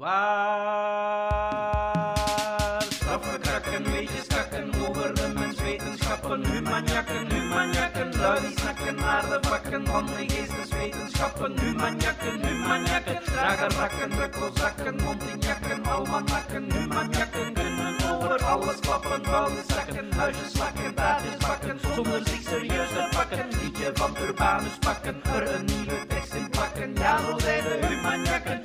Waar straffen, krakken, weetjes, kakken, over de menswetenschappen, humanjakken, lui snakken naar de vakken van de geesteswetenschappen, humanjakken, dragervakken, bukkelzakken, mondinjakken, almanakken, humanjakken, kunnen over alles klappen, vuile zakken, huisjes slakken, taartjes bakken, zonder zich serieus te pakken, liedje van Urbanus pakken, er een nieuwe tekst in plakken, ja zo zijn de humanjakken,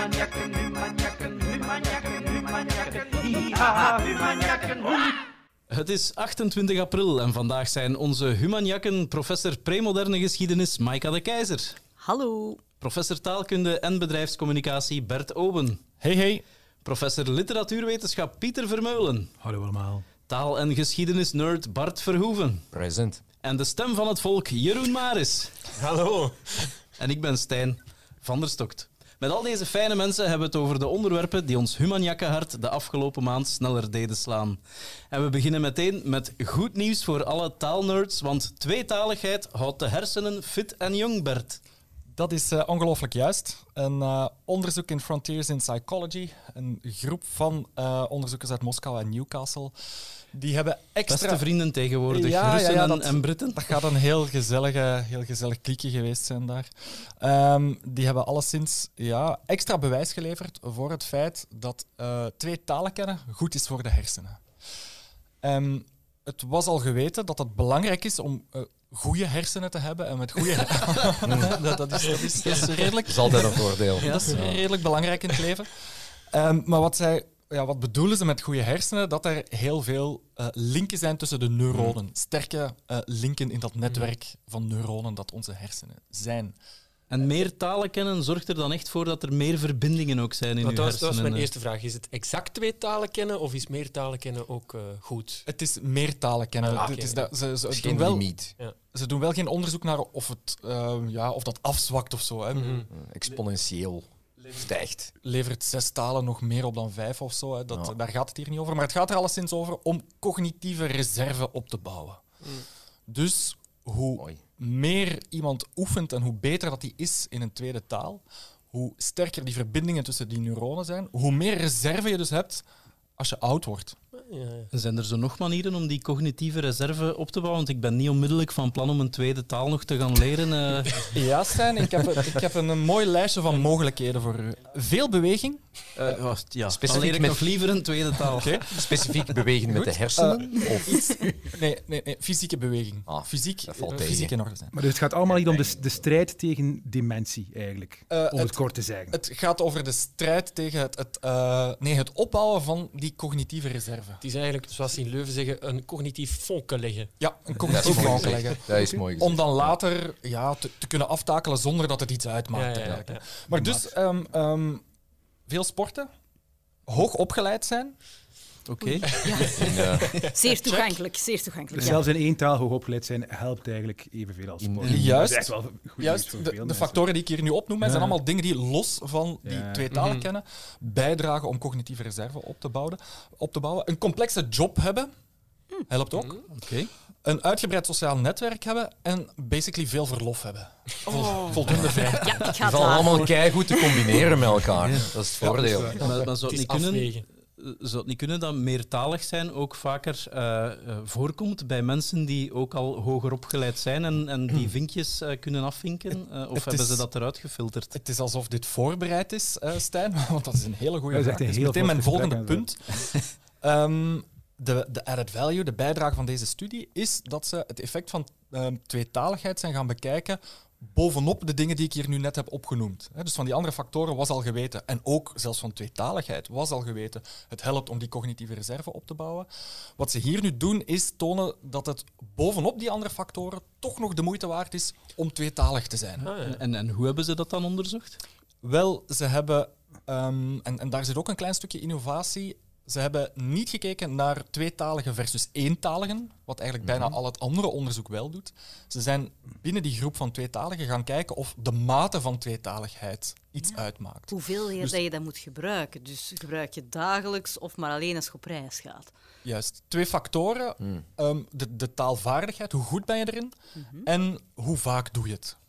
hihaha, humanjakken, Het is 28 april en vandaag zijn onze humanjakken professor premoderne geschiedenis Maika de Keizer. Hallo. Professor taalkunde en bedrijfscommunicatie Bert Oben. Hey. Professor literatuurwetenschap Pieter Vermeulen. Hallo allemaal. Taal- en geschiedenisnerd Bart Verhoeven. Present. En de stem van het volk Jeroen Maris. Hallo. En ik ben Stijn van der Stokt. Met al deze fijne mensen hebben we het over de onderwerpen die ons humanjakkenhart de afgelopen maand sneller deden slaan. En we beginnen meteen met goed nieuws voor alle taalnerds, want tweetaligheid houdt de hersenen fit en jong, Bert. Dat is ongelooflijk juist. Een onderzoek in Frontiers in Psychology, een groep van onderzoekers uit Moskou en Newcastle, die hebben extra... Beste vrienden tegenwoordig, Ja, Russen en Britten. Dat gaat een heel gezellig kliekje geweest zijn daar. Die hebben alleszins extra bewijs geleverd voor het feit dat twee talen kennen goed is voor de hersenen. Het was al geweten dat het belangrijk is om goede hersenen te hebben. En met goede dat is redelijk... Dat is altijd een voordeel. Dat is redelijk belangrijk in het leven. Maar wat bedoelen ze met goede hersenen? Dat er heel veel linken zijn tussen de neuronen. Sterke linken in dat netwerk van neuronen dat onze hersenen zijn. En meer talen kennen zorgt er dan echt voor dat er meer verbindingen ook zijn in uw hersenen. Dat was mijn eerste vraag. Is het exact twee talen kennen of is meer talen kennen ook goed? Het is meer talen kennen. Ah, Het is dat, ze Geen limiet. Ze doen wel geen onderzoek naar of dat afzwakt of zo. Hè. Exponentieel stijgt. Levert 6 talen nog meer op dan 5 of zo? Hè. Daar gaat het hier niet over. Maar het gaat er alleszins over om cognitieve reserve op te bouwen. Dus hoe meer iemand oefent en hoe beter dat die is in een tweede taal, hoe sterker die verbindingen tussen die neuronen zijn, hoe meer reserve je dus hebt als je oud wordt. Zijn er zo nog manieren om die cognitieve reserve op te bouwen? Want ik ben niet onmiddellijk van plan om een tweede taal nog te gaan leren. Ja, Stijn, ik heb een mooi lijstje van mogelijkheden voor u. Veel beweging. Dan Specifiek leer ik nog liever een tweede taal. Okay. Specifiek bewegen met de hersenen? Nee, fysieke beweging. Fysiek in orde zijn. Maar dus het gaat allemaal niet om de strijd tegen dementie, eigenlijk, om het kort te zeggen. Het gaat over de strijd tegen het opbouwen van die cognitieve reserve. Het is eigenlijk, zoals ze in Leuven zeggen, een cognitief vonken leggen. Ja, een cognitief vonken leggen. Dat is mooi gezegd. Om dan later te kunnen aftakelen zonder dat het iets uitmaakt. Ja. Maar dus, veel sporten, hoog opgeleid zijn. Oké. Zeer toegankelijk. Dus Ja. zelfs in één taal hoog opgeleid zijn helpt eigenlijk evenveel als sport. Juist. Dat is echt wel goed nieuws Juist, voor veel de mensen. factoren die ik hier nu opnoem, zijn allemaal dingen die los van die twee talen kennen, bijdragen om cognitieve reserve op te bouwen. Een complexe job hebben, helpt ook. Oké. Een uitgebreid sociaal netwerk hebben en basically veel verlof hebben. Voldoende vrij. Ja, ik ga Die het vallen allemaal daarvoor. keigoed te combineren met elkaar. Dat is het voordeel. Maar zou Het het is niet kunnen... afwegen. Zou het niet kunnen dat meertalig zijn ook vaker voorkomt bij mensen die ook al hoger opgeleid zijn en die vinkjes kunnen afvinken? Of hebben ze dat eruit gefilterd? Het is alsof dit voorbereid is, Stijn, want dat is een hele goede Dat is vraag. echt een Dat is heel meteen mijn vlot volgende gesprek punt. De added value, de bijdrage van deze studie, is dat ze het effect van tweetaligheid zijn gaan bekijken bovenop de dingen die ik hier nu net heb opgenoemd. Dus van die andere factoren was al geweten. En ook zelfs van tweetaligheid was al geweten. Het helpt om die cognitieve reserve op te bouwen. Wat ze hier nu doen, is tonen dat het bovenop die andere factoren toch nog de moeite waard is om tweetalig te zijn. En hoe hebben ze dat dan onderzocht? Wel, ze hebben, en daar zit ook een klein stukje innovatie, ze hebben niet gekeken naar tweetaligen versus eentaligen, wat eigenlijk bijna al het andere onderzoek wel doet. Ze zijn binnen die groep van tweetaligen gaan kijken of de mate van tweetaligheid iets uitmaakt. Hoeveel Dus- dat je dat moet gebruiken. Dus gebruik je dagelijks of maar alleen als je op reis gaat. Juist. 2 factoren. De taalvaardigheid, hoe goed ben je erin en hoe vaak doe je het.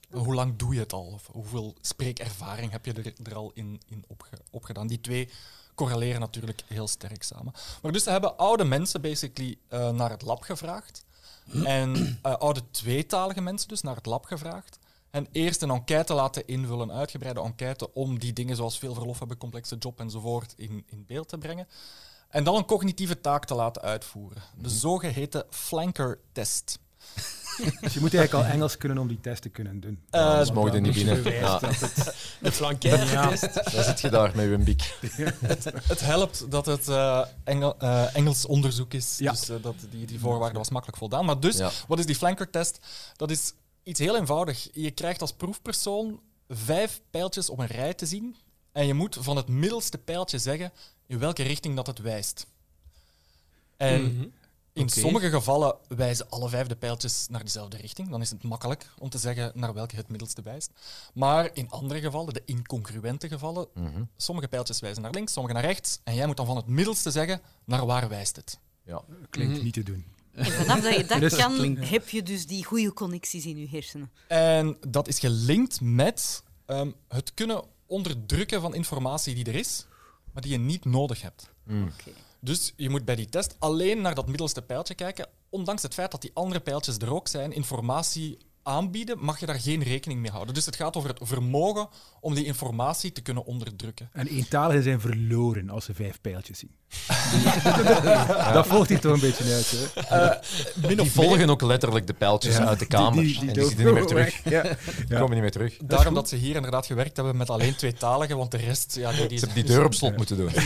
hoe lang doe je het al? Of hoeveel spreekervaring heb je er al in opgedaan? Die twee correleren natuurlijk heel sterk samen. Maar dus ze hebben oude mensen basically naar het lab gevraagd. En oude tweetalige mensen dus naar het lab gevraagd. En eerst een enquête laten invullen, een uitgebreide enquête, om die dingen zoals veel verlof hebben, complexe job enzovoort in beeld te brengen. En dan een cognitieve taak te laten uitvoeren. De zogeheten flanker-test. Dus je moet eigenlijk al Engels kunnen om die test te kunnen doen. Dus mogen er niet binnen. Ja. De flankeertest. Daar zit je daar met je bik. Het helpt dat het Engels onderzoek is, Ja. dus dat die voorwaarde was makkelijk voldaan. Maar dus, wat is die flanker-test? Dat is iets heel eenvoudig. Je krijgt als proefpersoon 5 pijltjes op een rij te zien en je moet van het middelste pijltje zeggen in welke richting dat het wijst. En in sommige gevallen wijzen alle 5 de pijltjes naar dezelfde richting. Dan is het makkelijk om te zeggen naar welke het middelste wijst. Maar in andere gevallen, de incongruente gevallen, sommige pijltjes wijzen naar links, sommige naar rechts. En jij moet dan van het middelste zeggen naar waar wijst het. Ja. Klinkt niet te doen. En vanaf dat je dat Dus kan, klinkt- heb je dus die goede connecties in je hersenen. En dat is gelinkt met het kunnen onderdrukken van informatie die er is, maar die je niet nodig hebt. Dus je moet bij die test alleen naar dat middelste pijltje kijken, ondanks het feit dat die andere pijltjes er ook zijn. Informatie aanbieden, mag je daar geen rekening mee houden. Dus het gaat over het vermogen om die informatie te kunnen onderdrukken. En eentaligen zijn verloren als ze 5 pijltjes zien. Dat volgt hier toch een beetje uit. Hè? Die volgen ook letterlijk de pijltjes uit de kamer. En die zitten niet meer terug. Ja. Die komen niet meer terug. Daarom dat ze hier inderdaad gewerkt hebben met alleen tweetaligen, want de rest... Ja, Ze hebben die deur op slot moeten doen.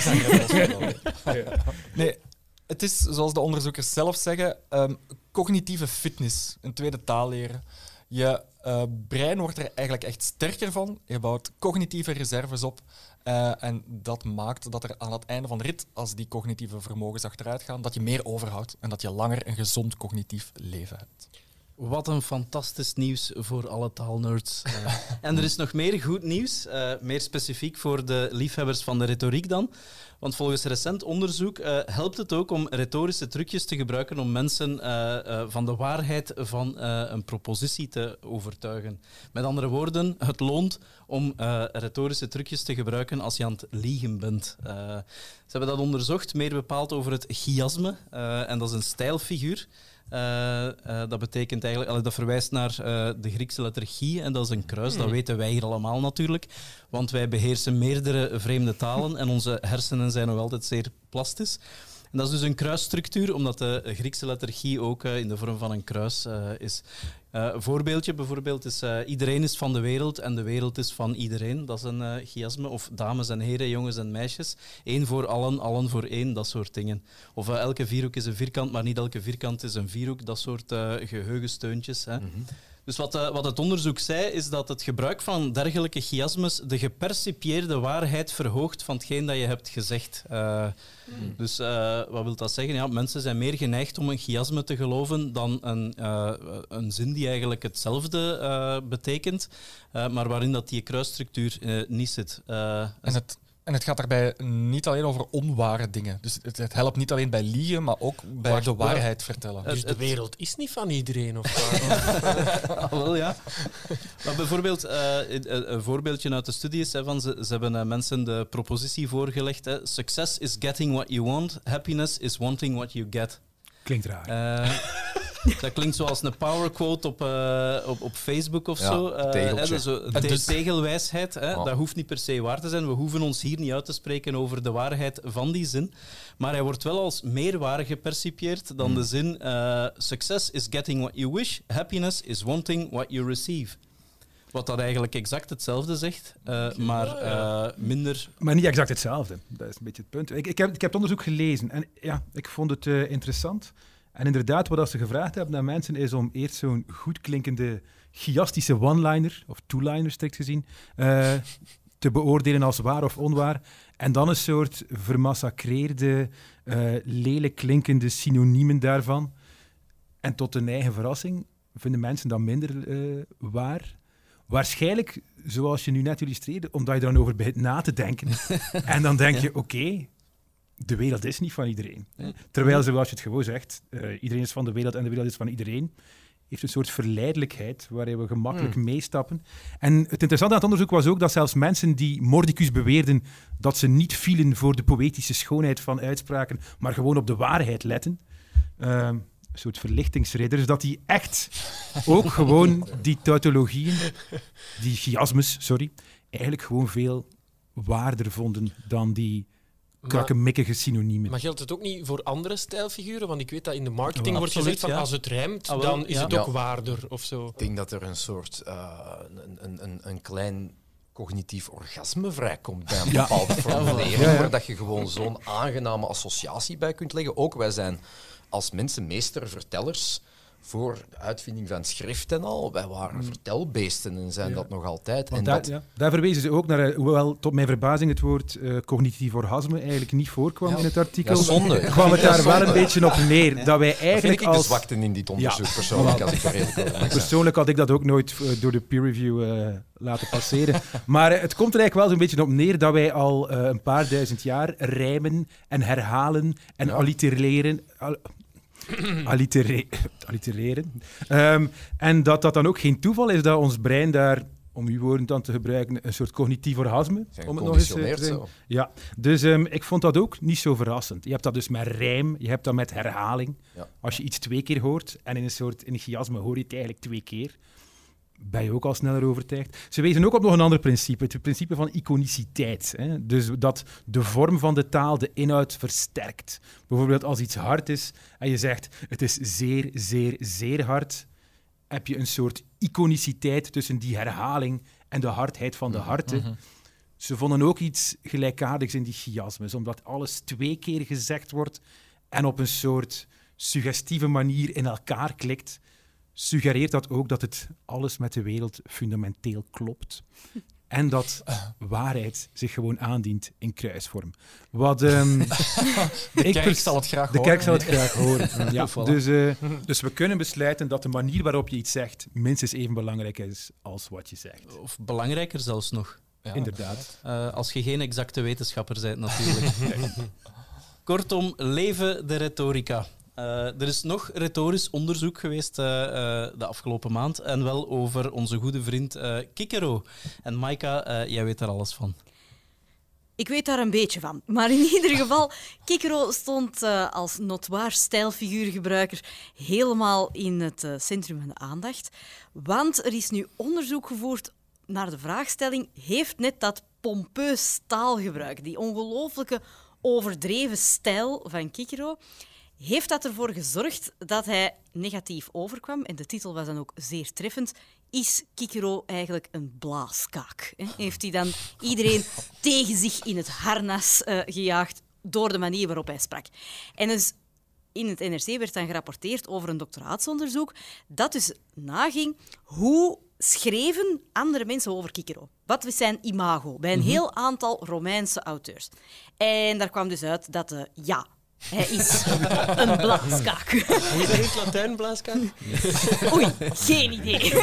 Nee, het is, zoals de onderzoekers zelf zeggen, cognitieve fitness, een tweede taal leren. Je brein wordt er eigenlijk echt sterker van. Je bouwt cognitieve reserves op. En dat maakt dat er aan het einde van de rit, als die cognitieve vermogens achteruit gaan, dat je meer overhoudt en dat je langer een gezond cognitief leven hebt. Wat een fantastisch nieuws voor alle taalnerds. En er is nog meer goed nieuws, meer specifiek voor de liefhebbers van de retoriek dan. Want volgens recent onderzoek helpt het ook om retorische trucjes te gebruiken om mensen van de waarheid van een propositie te overtuigen. Met andere woorden, het loont om retorische trucjes te gebruiken als je aan het liegen bent. Ze hebben dat onderzocht, meer bepaald over het chiasme. En dat is een stijlfiguur. Dat betekent eigenlijk, dat verwijst naar de Griekse letter chi en dat is een kruis. Dat weten wij hier allemaal natuurlijk, want wij beheersen meerdere vreemde talen en onze hersenen zijn nog altijd zeer plastisch. En dat is dus een kruisstructuur, omdat de Griekse letter chi ook in de vorm van een kruis is. Een voorbeeldje bijvoorbeeld is iedereen is van de wereld en de wereld is van iedereen. Dat is een chiasme. Of dames en heren, jongens en meisjes. 1 voor allen, allen voor 1, dat soort dingen. Of elke vierhoek is een vierkant, maar niet elke vierkant is een vierhoek. Dat soort geheugensteuntjes. Hè. Dus wat het onderzoek zei, is dat het gebruik van dergelijke chiasmes de gepercipieerde waarheid verhoogt van hetgeen dat je hebt gezegd. Dus wat wil dat zeggen? Ja, mensen zijn meer geneigd om een chiasme te geloven dan een zin die eigenlijk hetzelfde betekent, maar waarin dat die kruisstructuur niet zit. En het gaat daarbij niet alleen over onware dingen. Dus het helpt niet alleen bij liegen, maar ook bij de waarheid vertellen. Dus de wereld is niet van iedereen, of Wel, ja. Maar bijvoorbeeld, een voorbeeldje uit de studie is, van ze hebben mensen de propositie voorgelegd. Success is getting what you want, happiness is wanting what you get. Klinkt raar. Dat klinkt zoals een powerquote op Facebook of zo. Tegelwijsheid. Dat hoeft niet per se waar te zijn. We hoeven ons hier niet uit te spreken over de waarheid van die zin. Maar hij wordt wel als meer waar gepercipieerd dan de zin success is getting what you wish, happiness is wanting what you receive. Wat dat eigenlijk exact hetzelfde zegt, maar minder... Maar niet exact hetzelfde. Dat is een beetje het punt. Ik heb het onderzoek gelezen en ja, ik vond het interessant. En inderdaad, wat ze gevraagd hebben aan mensen is om eerst zo'n goed klinkende chiastische one-liner, of two-liner strikt gezien, te beoordelen als waar of onwaar. En dan een soort vermassacreerde, lelijk klinkende synoniemen daarvan. En tot hun eigen verrassing vinden mensen dat minder waar. Waarschijnlijk, zoals je nu net illustreerde, omdat je er dan over begint na te denken. En dan denk je, oké, de wereld is niet van iedereen. Terwijl, zoals je het gewoon zegt, iedereen is van de wereld en de wereld is van iedereen. heeft een soort verleidelijkheid waarin we gemakkelijk meestappen. En het interessante aan het onderzoek was ook dat zelfs mensen die mordicus beweerden dat ze niet vielen voor de poëtische schoonheid van uitspraken, maar gewoon op de waarheid letten, een soort verlichtingsridders, dat die echt ook gewoon die tautologieën, die chiasmes, eigenlijk gewoon veel waarder vonden dan die krakkemikkige synoniemen. Maar geldt het ook niet voor andere stijlfiguren? Want ik weet dat in de marketing wordt Absoluut, gezegd van als het rijmt, dan is het ook waarder of zo. Ik denk dat er een soort een klein cognitief orgasme vrijkomt bij een bepaalde formulering, waar dat je gewoon zo'n aangename associatie bij kunt leggen. Ook wij zijn als mensen meestervertellers voor de uitvinding van schrift en al. Wij waren vertelbeesten en zijn dat nog altijd. En daar verwezen ze ook naar, hoewel tot mijn verbazing het woord cognitief orgasme eigenlijk niet voorkwam in het artikel. Ja, zonde. Kwam het daar wel een beetje op neer. Dat wij eigenlijk vind ik de zwakte in dit onderzoek persoonlijk. Als ik er redelijk over mag zijn. Persoonlijk had ik dat ook nooit door de peer review laten passeren. Maar het komt er eigenlijk wel zo'n beetje op neer dat wij al een paar duizend jaar rijmen en herhalen en allitereren. En dat dan ook geen toeval is dat ons brein daar, om uw woorden dan te gebruiken, een soort cognitief orgasme. Om het nog eens te zeggen. Ja, dus ik vond dat ook niet zo verrassend. Je hebt dat dus met rijm, je hebt dat met herhaling. Ja. Als je iets 2 keer hoort en in een chiasme hoor je het eigenlijk 2 keer, ben je ook al sneller overtuigd. Ze wezen ook op nog een ander principe, het principe van iconiciteit. Hè? Dus dat de vorm van de taal de inhoud versterkt. Bijvoorbeeld als iets hard is en je zegt het is zeer, zeer, zeer hard, heb je een soort iconiciteit tussen die herhaling en de hardheid van de harten. Ze vonden ook iets gelijkaardigs in die chiasmes, omdat alles 2 keer gezegd wordt en op een soort suggestieve manier in elkaar klikt, suggereert dat ook dat het alles met de wereld fundamenteel klopt. En dat waarheid zich gewoon aandient in kruisvorm. Wat, de kerk zal het graag horen. De kerk zal het graag horen. Ja, dus we kunnen besluiten dat de manier waarop je iets zegt minstens even belangrijk is als wat je zegt. Of belangrijker zelfs nog. Ja, inderdaad. Als je geen exacte wetenschapper bent, natuurlijk. Kortom, leven de retorica. Er is nog retorisch onderzoek geweest de afgelopen maand en wel over onze goede vriend Kikero. En Maika, jij weet daar alles van. Ik weet daar een beetje van. Maar in ieder geval, Kikero stond als notoire stijlfiguurgebruiker helemaal in het centrum van de aandacht. Want er is nu onderzoek gevoerd naar de vraagstelling: heeft net dat pompeus taalgebruik, die ongelooflijke overdreven stijl van Kikero, heeft dat ervoor gezorgd dat hij negatief overkwam? En de titel was dan ook zeer treffend. Is Kikero eigenlijk een blaaskaak? Heeft hij dan iedereen tegen zich in het harnas gejaagd door de manier waarop hij sprak? En dus in het NRC werd dan gerapporteerd over een doctoraatsonderzoek dat dus naging hoe schreven andere mensen over Kikero. Wat was zijn imago bij een heel aantal Romeinse auteurs. En daar kwam dus uit dat hij is een blaaskaak. Hoe zeg je het Latijn, blaaskaak? Oei, geen idee.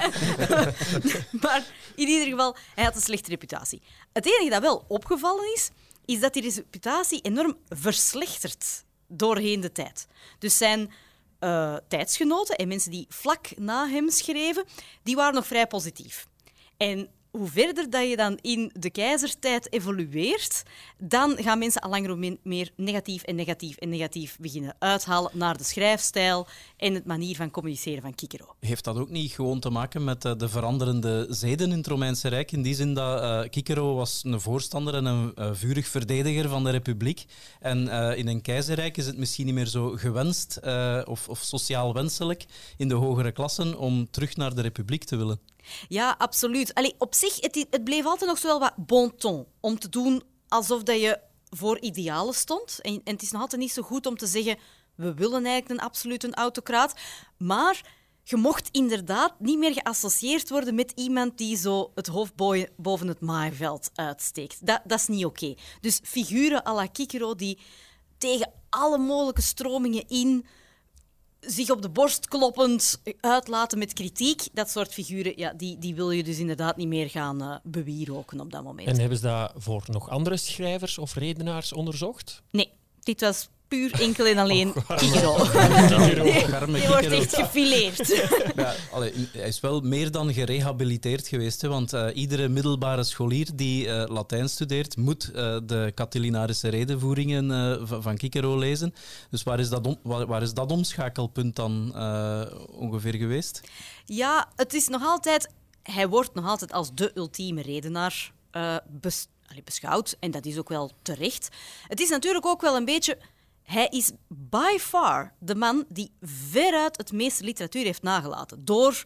Maar in ieder geval, hij had een slechte reputatie. Het enige dat wel opgevallen is dat die reputatie enorm verslechtert doorheen de tijd. Dus zijn tijdsgenoten en mensen die vlak na hem schreven, die waren nog vrij positief. En hoe verder dat je dan in de keizertijd evolueert, dan gaan mensen al langer hoe meer negatief beginnen uithalen naar de schrijfstijl en de manier van communiceren van Kikero. Heeft dat ook niet gewoon te maken met de veranderende zeden in het Romeinse Rijk? In die zin dat Kikero was een voorstander en een vurig verdediger van de republiek. En in een keizerrijk is het misschien niet meer zo gewenst of sociaal wenselijk in de hogere klassen om terug naar de republiek te willen. Ja, absoluut. Allee, op zich, het bleef altijd nog zo wel wat bon ton om te doen alsof dat je voor idealen stond. En het is nog altijd niet zo goed om te zeggen, we willen eigenlijk een absolute autocraat. Maar je mocht inderdaad niet meer geassocieerd worden met iemand die zo het hoofd boven het maaiveld uitsteekt. Dat is niet oké. Dus figuren à la Kikero die tegen alle mogelijke stromingen in zich op de borst kloppend uitlaten met kritiek, dat soort figuren, ja, die wil je dus inderdaad niet meer gaan bewieroken op dat moment. En hebben ze dat voor nog andere schrijvers of redenaars onderzocht? Nee, dit was puur enkel en alleen Kikero. Arme Die wordt Kikero. echt gefileerd. Ja, hij is wel meer dan gerehabiliteerd geweest, hè, want iedere middelbare scholier die Latijn studeert, moet de Catilinarische redenvoeringen van Kikero lezen. Dus waar is dat omschakelpunt dan ongeveer geweest? Ja, het is nog altijd... Hij wordt nog altijd als de ultieme redenaar beschouwd. En dat is ook wel terecht. Het is natuurlijk ook wel een beetje... Hij is by far de man die veruit het meeste literatuur heeft nagelaten. Door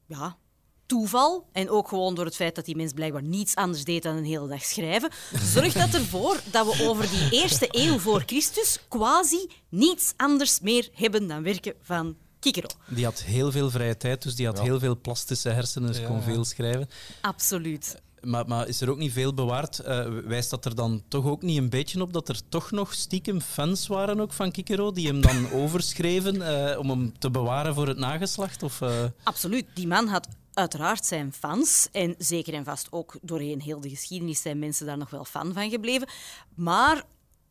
toeval en ook gewoon door het feit dat die mens blijkbaar niets anders deed dan een hele dag schrijven, zorgt dat ervoor dat we over die eerste eeuw voor Christus quasi niets anders meer hebben dan werken van Kikero. Die had heel veel vrije tijd, dus die had heel veel plastische hersenen, dus kon veel schrijven. Absoluut. Maar is er ook niet veel bewaard? Wijst dat er dan toch ook niet een beetje op dat er toch nog stiekem fans waren ook van Kikero, die hem dan overschreven om hem te bewaren voor het nageslacht? Of, Absoluut. Die man had uiteraard zijn fans. En zeker en vast ook doorheen heel de geschiedenis zijn mensen daar nog wel fan van gebleven. Maar...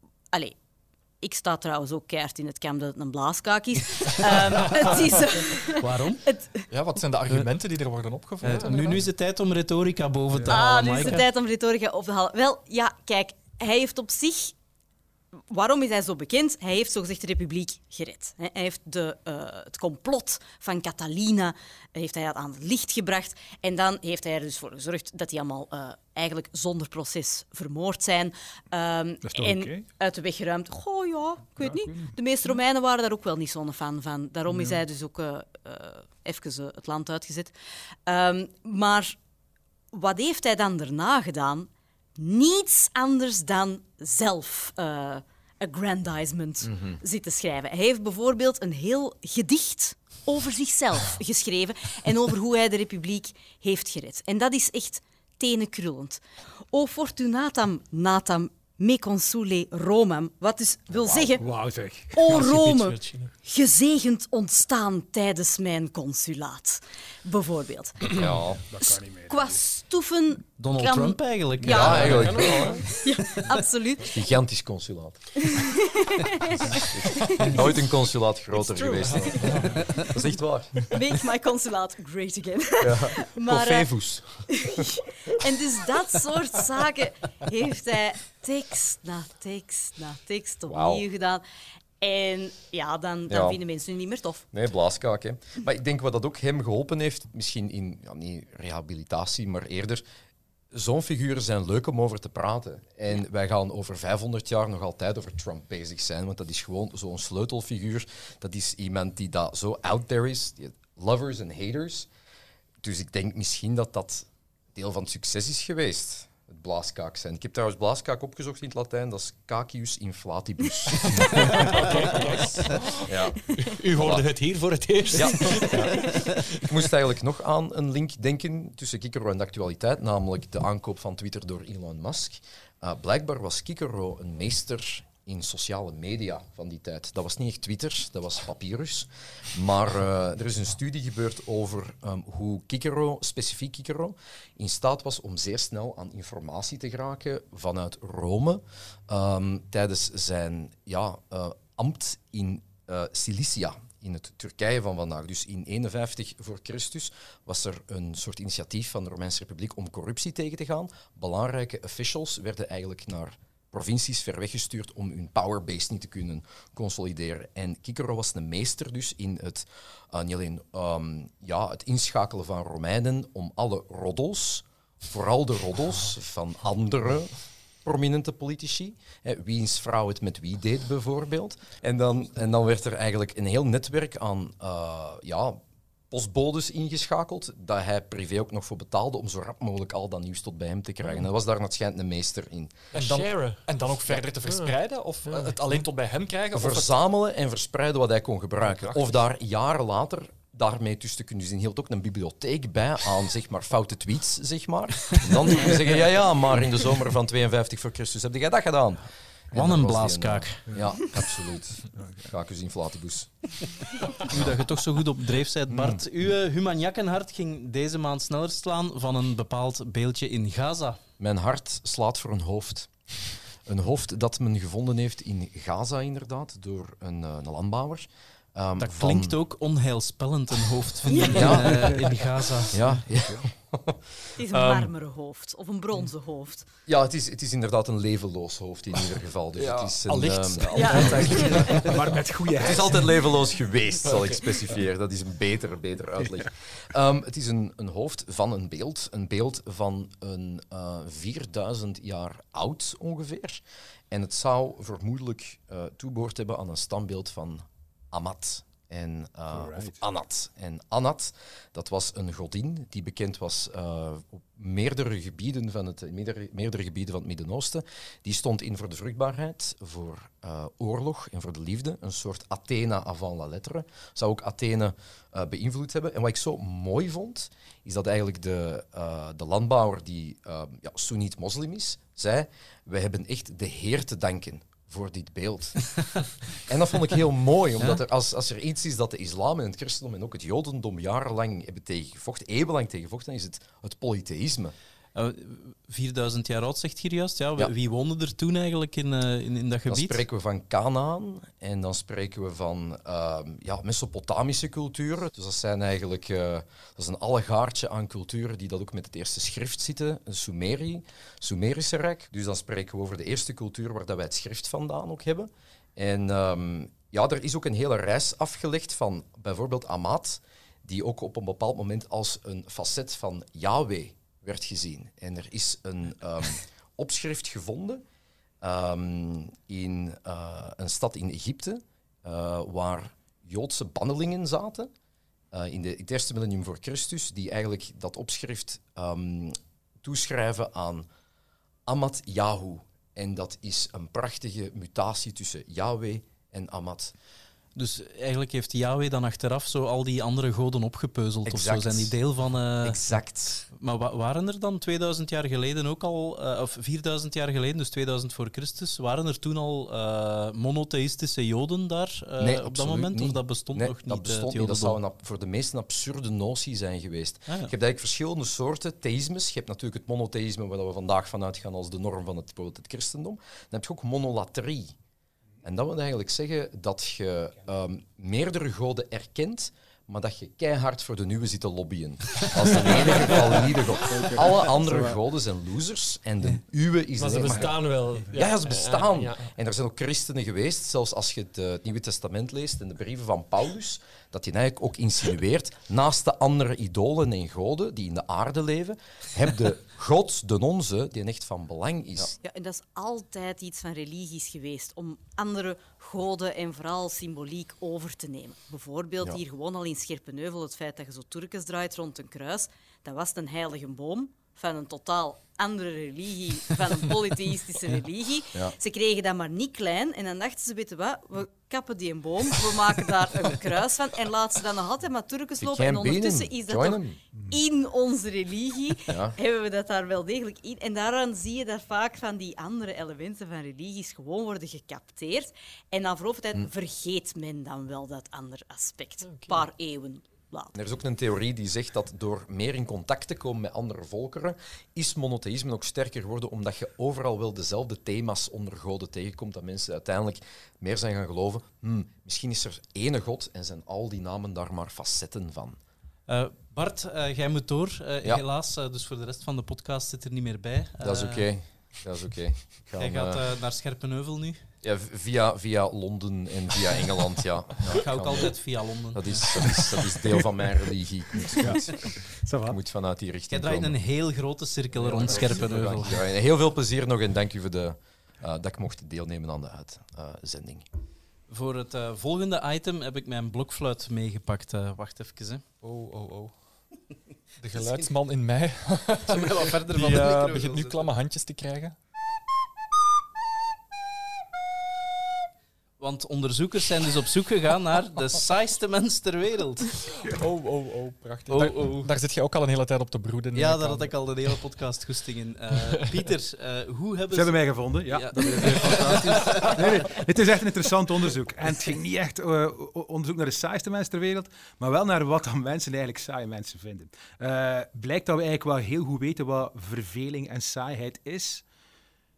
Ik sta trouwens ook keihard in het kamp dat het een blaaskaak is. Het is Waarom? Ja, wat zijn de argumenten die er worden opgevoerd? Nu is het tijd om retorica boven te halen, nu is het Maaike. tijd om retorica op te halen. Wel, ja, kijk, hij heeft op zich... Waarom is hij zo bekend? Hij heeft zogezegd de republiek gered. Hij heeft het complot van Catalina heeft hij aan het licht gebracht. En dan heeft hij er dus voor gezorgd dat die allemaal eigenlijk zonder proces vermoord zijn. Dat is toch en oké? uit de weg geruimd. Goh, ja, ik weet niet. De meeste Romeinen waren daar ook wel niet zo'n fan van. Daarom is hij dus ook even het land uitgezet. Maar wat heeft hij dan daarna gedaan? Niets anders dan zelf aggrandizement zitten schrijven. Hij heeft bijvoorbeeld een heel gedicht over zichzelf geschreven en over hoe hij de republiek heeft gered. En dat is echt tenenkrullend. O fortunatam natam me consule Romam, wat dus wil zeggen... Wauw zeg. O Rome, gezegend ontstaan tijdens mijn consulaat. Bijvoorbeeld. Ja, Dat kan niet meer. Qua stoeven... Donald kan- Trump eigenlijk. Ja, eigenlijk wel. Hè. Ja, absoluut. Gigantisch consulaat. Nooit een consulaat groter geweest. Dat is echt waar. Make my consulaat great again. Maar, Covevus. en dus dat soort zaken heeft hij tekst na tekst na tekst opnieuw Wauw. gedaan. En ja, dan Ja. vinden mensen het niet meer tof. Nee, blaaskaak. Hè. Maar ik denk wat dat ook hem geholpen heeft, misschien in niet rehabilitatie, maar eerder... Zo'n figuren zijn leuk om over te praten. En wij gaan over 500 jaar nog altijd over Trump bezig zijn, want dat is gewoon zo'n sleutelfiguur. Dat is iemand die dat zo out there is. Die lovers en haters. Dus ik denk misschien dat dat deel van het succes is geweest. Het blaaskaak zijn. Ik heb trouwens blaaskaak opgezocht in het Latijn. Dat is cacius inflatibus. Ja. U hoorde het hier voor het eerst. Ja. Ik moest eigenlijk nog aan een link denken tussen Kikero en de actualiteit, namelijk de aankoop van Twitter door Elon Musk. Blijkbaar was Kikero een meester in sociale media van die tijd. Dat was niet echt Twitter, dat was Papyrus. Maar er is een studie gebeurd over hoe Kikero, specifiek Kikero, in staat was om zeer snel aan informatie te geraken vanuit Rome tijdens zijn ambt in Cilicia, in het Turkije van vandaag. Dus in 51 voor Christus was er een soort initiatief van de Romeinse Republiek om corruptie tegen te gaan. Belangrijke officials werden eigenlijk naar provincies ver weggestuurd om hun powerbase niet te kunnen consolideren. En Kikero was de meester dus in het, niet alleen het inschakelen van Romeinen om alle roddels, vooral de roddels van andere prominente politici, wiens vrouw het met wie deed bijvoorbeeld. En dan werd er eigenlijk een heel netwerk aan postbodes ingeschakeld, dat hij privé ook nog voor betaalde om zo rap mogelijk al dat nieuws tot bij hem te krijgen. Hij was daar naar het schijnt een meester in. En dan ook verder te verspreiden? Of het alleen tot bij hem krijgen? Of Verzamelen en verspreiden wat hij kon gebruiken. Of daar jaren later daarmee tussen te kunnen. Dus hij hield ook een bibliotheek bij aan zeg maar, foute tweets. Zeg maar. En dan kunnen we zeggen, ja, maar in de zomer van 52 voor Christus heb jij dat gedaan. Wat een blaaskaak. Ja, absoluut. Cacus inflatibus. Nu dat je toch zo goed op dreef bent, Bart. Uw humaniakkenhart ging deze maand sneller slaan van een bepaald beeldje in Gaza. Mijn hart slaat voor een hoofd. Een hoofd dat men gevonden heeft in Gaza, inderdaad, door een landbouwer. Dat klinkt ook onheilspellend, een hoofd vinden in Gaza. Ja. Het is een marmeren hoofd of een bronzen hoofd. Ja, het is inderdaad een levenloos hoofd in ieder geval. Dus het is allicht. Maar met goede Het is altijd levenloos geweest, zal ik specifieren. Dat is een beter uitleg. Het is een hoofd van een beeld. Een beeld van een 4000 jaar oud ongeveer. En het zou vermoedelijk toebehoord hebben aan een standbeeld van Amat. Of Anat. En Anat, dat was een godin die bekend was op meerdere gebieden van het Midden-Oosten. Die stond in voor de vruchtbaarheid, voor oorlog en voor de liefde. Een soort Athena avant la lettre. Zou ook Athene beïnvloed hebben. En wat ik zo mooi vond, is dat eigenlijk de landbouwer die Soeniet-moslim is, zei, wij hebben echt de Heer te danken voor dit beeld. En dat vond ik heel mooi, omdat als er iets is dat de islam en het christendom en ook het jodendom jarenlang hebben tegengevochten, eeuwenlang tegengevochten, dan is het polytheïsme. 4000 jaar oud, zegt je juist. Ja, Ja. Wie woonde er toen eigenlijk in dat Dan gebied? spreken we van Kanaan en dan spreken we van Mesopotamische culturen. Dus dat zijn eigenlijk dat is een allegaartje aan culturen die dat ook met het eerste schrift zitten, een Sumerische rijk. Dus dan spreken we over de eerste cultuur waar dat wij het schrift vandaan ook hebben. En er is ook een hele reis afgelegd van bijvoorbeeld Amat, die ook op een bepaald moment als een facet van Yahweh werd gezien. En er is een opschrift gevonden in een stad in Egypte, waar Joodse bannelingen zaten, in het eerste millennium voor Christus, die eigenlijk dat opschrift toeschrijven aan Amat Yahu. En dat is een prachtige mutatie tussen Yahweh en Amat. Dus eigenlijk heeft Yahweh dan achteraf zo al die andere goden opgepeuzeld. Exact. Of zo. Zijn die deel van... Exact. Maar waren er dan 2000 jaar geleden ook al, of 4000 jaar geleden, dus 2000 voor Christus, waren er toen al monotheïstische Joden daar Nee, op dat moment? niet. Of dat bestond Nee, nog niet? dat bestond niet. Dat zou voor de meesten absurde notie zijn geweest. Ja. Je hebt eigenlijk verschillende soorten theïsmes. Je hebt natuurlijk het monotheïsme, waar we vandaag vanuit gaan als de norm van bijvoorbeeld het christendom. Dan heb je ook monolatrie. En dat wil eigenlijk zeggen dat je meerdere goden erkent, maar dat je keihard voor de nieuwe zit te lobbyen. Als de enige valide god. Alle andere goden zijn losers en de uwe is... Maar ze bestaan wel. Ja, ze bestaan. Ja. En er zijn ook christenen geweest, zelfs als je het Nieuwe Testament leest en de brieven van Paulus, dat hij eigenlijk ook insinueert, naast de andere idolen en goden die in de aarde leven, heb de God, de onze, die echt van belang is. Ja, en dat is altijd iets van religies geweest, om andere goden en vooral symboliek over te nemen. Bijvoorbeeld hier gewoon al in Scherpenheuvel, het feit dat je zo turkens draait rond een kruis, dat was een heilige boom van een totaal andere religie, van een polytheïstische religie. Ja. Ze kregen dat maar niet klein en dan dachten ze, weet je wat, we kappen die een boom, we maken daar een kruis van en laten ze dan nog altijd maar turkens lopen. En ondertussen is dat Join toch hem. in onze religie, Ja. hebben we dat daar wel degelijk in. En daaraan zie je dat vaak van die andere elementen van religies gewoon worden gecapteerd. En na verloop van tijd vergeet men dan wel dat andere aspect. Een paar eeuwen later. Er is ook een theorie die zegt dat door meer in contact te komen met andere volkeren, is monotheïsme ook sterker geworden, omdat je overal wel dezelfde thema's onder goden tegenkomt, dat mensen uiteindelijk meer zijn gaan geloven. Misschien is er ene god en zijn al die namen daar maar facetten van. Bart, jij moet door. Ja. Helaas, dus voor de rest van de podcast zit er niet meer bij. Dat is oké. Dat is oké. Jij gaat naar Scherpenheuvel nu. Ja, via Londen en via Engeland, ja. Ik ga ook altijd via Londen. Dat is deel van mijn religie. Ik moet vanuit die Jij richting draait komen. een heel grote cirkel rond Scherpenheuvel. Ja, heel veel plezier nog en dank u voor dat ik mocht deelnemen aan de uitzending. Voor het volgende item heb ik mijn blokfluit meegepakt. Wacht even. Hè. Oh. De geluidsman in mij Zullen we wat verder van die de micro begint nu zetten? klamme handjes te krijgen. Want onderzoekers zijn dus op zoek gegaan naar de saaiste mens ter wereld. Oh, prachtig. Daar zit je ook al een hele tijd op te broeden. Ja, daar had ik al de hele podcast goesting in. Pieter, hoe hebben Ze hebben mij gevonden, ja. Ja. Dat is fantastisch. Nee, het is echt een interessant onderzoek. En het ging niet echt onderzoek naar de saaiste mensen ter wereld, maar wel naar wat dan mensen eigenlijk saaie mensen vinden. Blijkt dat we eigenlijk wel heel goed weten wat verveling en saaiheid is.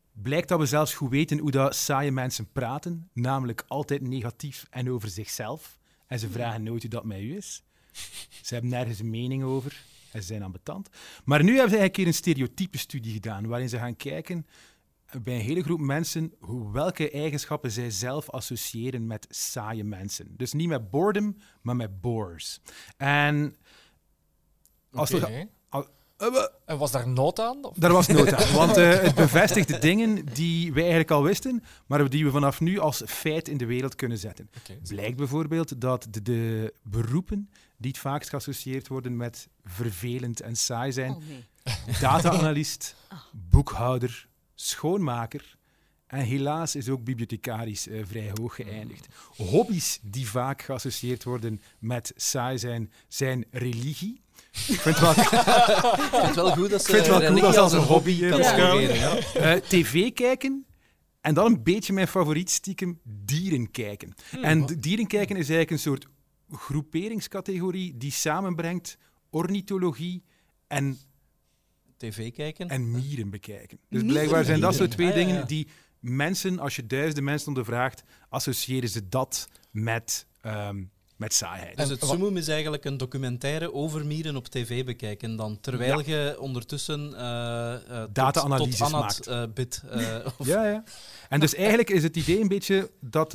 blijkt dat we zelfs goed weten hoe dat saaie mensen praten, namelijk altijd negatief en over zichzelf. En ze vragen nooit hoe dat met u is. Ze hebben nergens een mening over en ze zijn ambetant. Maar nu hebben ze eigenlijk een stereotype-studie gedaan, waarin ze gaan kijken bij een hele groep mensen welke eigenschappen zij zelf associëren met saaie mensen. Dus niet met boredom, maar met bores. En als we... En was daar nood aan? Of? Daar was nood aan, want het bevestigt de dingen die wij eigenlijk al wisten, maar die we vanaf nu als feit in de wereld kunnen zetten. Blijkt bijvoorbeeld dat de beroepen die het vaakst geassocieerd worden met vervelend en saai zijn, data-analyst, boekhouder, schoonmaker en helaas is ook bibliothecaris vrij hoog geëindigd. Hobby's die vaak geassocieerd worden met saai zijn religie. Ik vind het wel goed dat ze religie als een hobby kan beschouwen. Ja. TV kijken en dan een beetje mijn favoriet stiekem dieren kijken. En dieren kijken is eigenlijk een soort groeperingscategorie die samenbrengt ornithologie en TV kijken en mieren bekijken. Dus blijkbaar zijn dat soort twee dingen die mensen, als je duizenden mensen ondervraagt, associëren ze dat met saaiheid. Dus het summum is eigenlijk een documentaire over mieren op tv bekijken dan, terwijl je ondertussen data-analyses maakt. Bit. Ja. En dus eigenlijk is het idee een beetje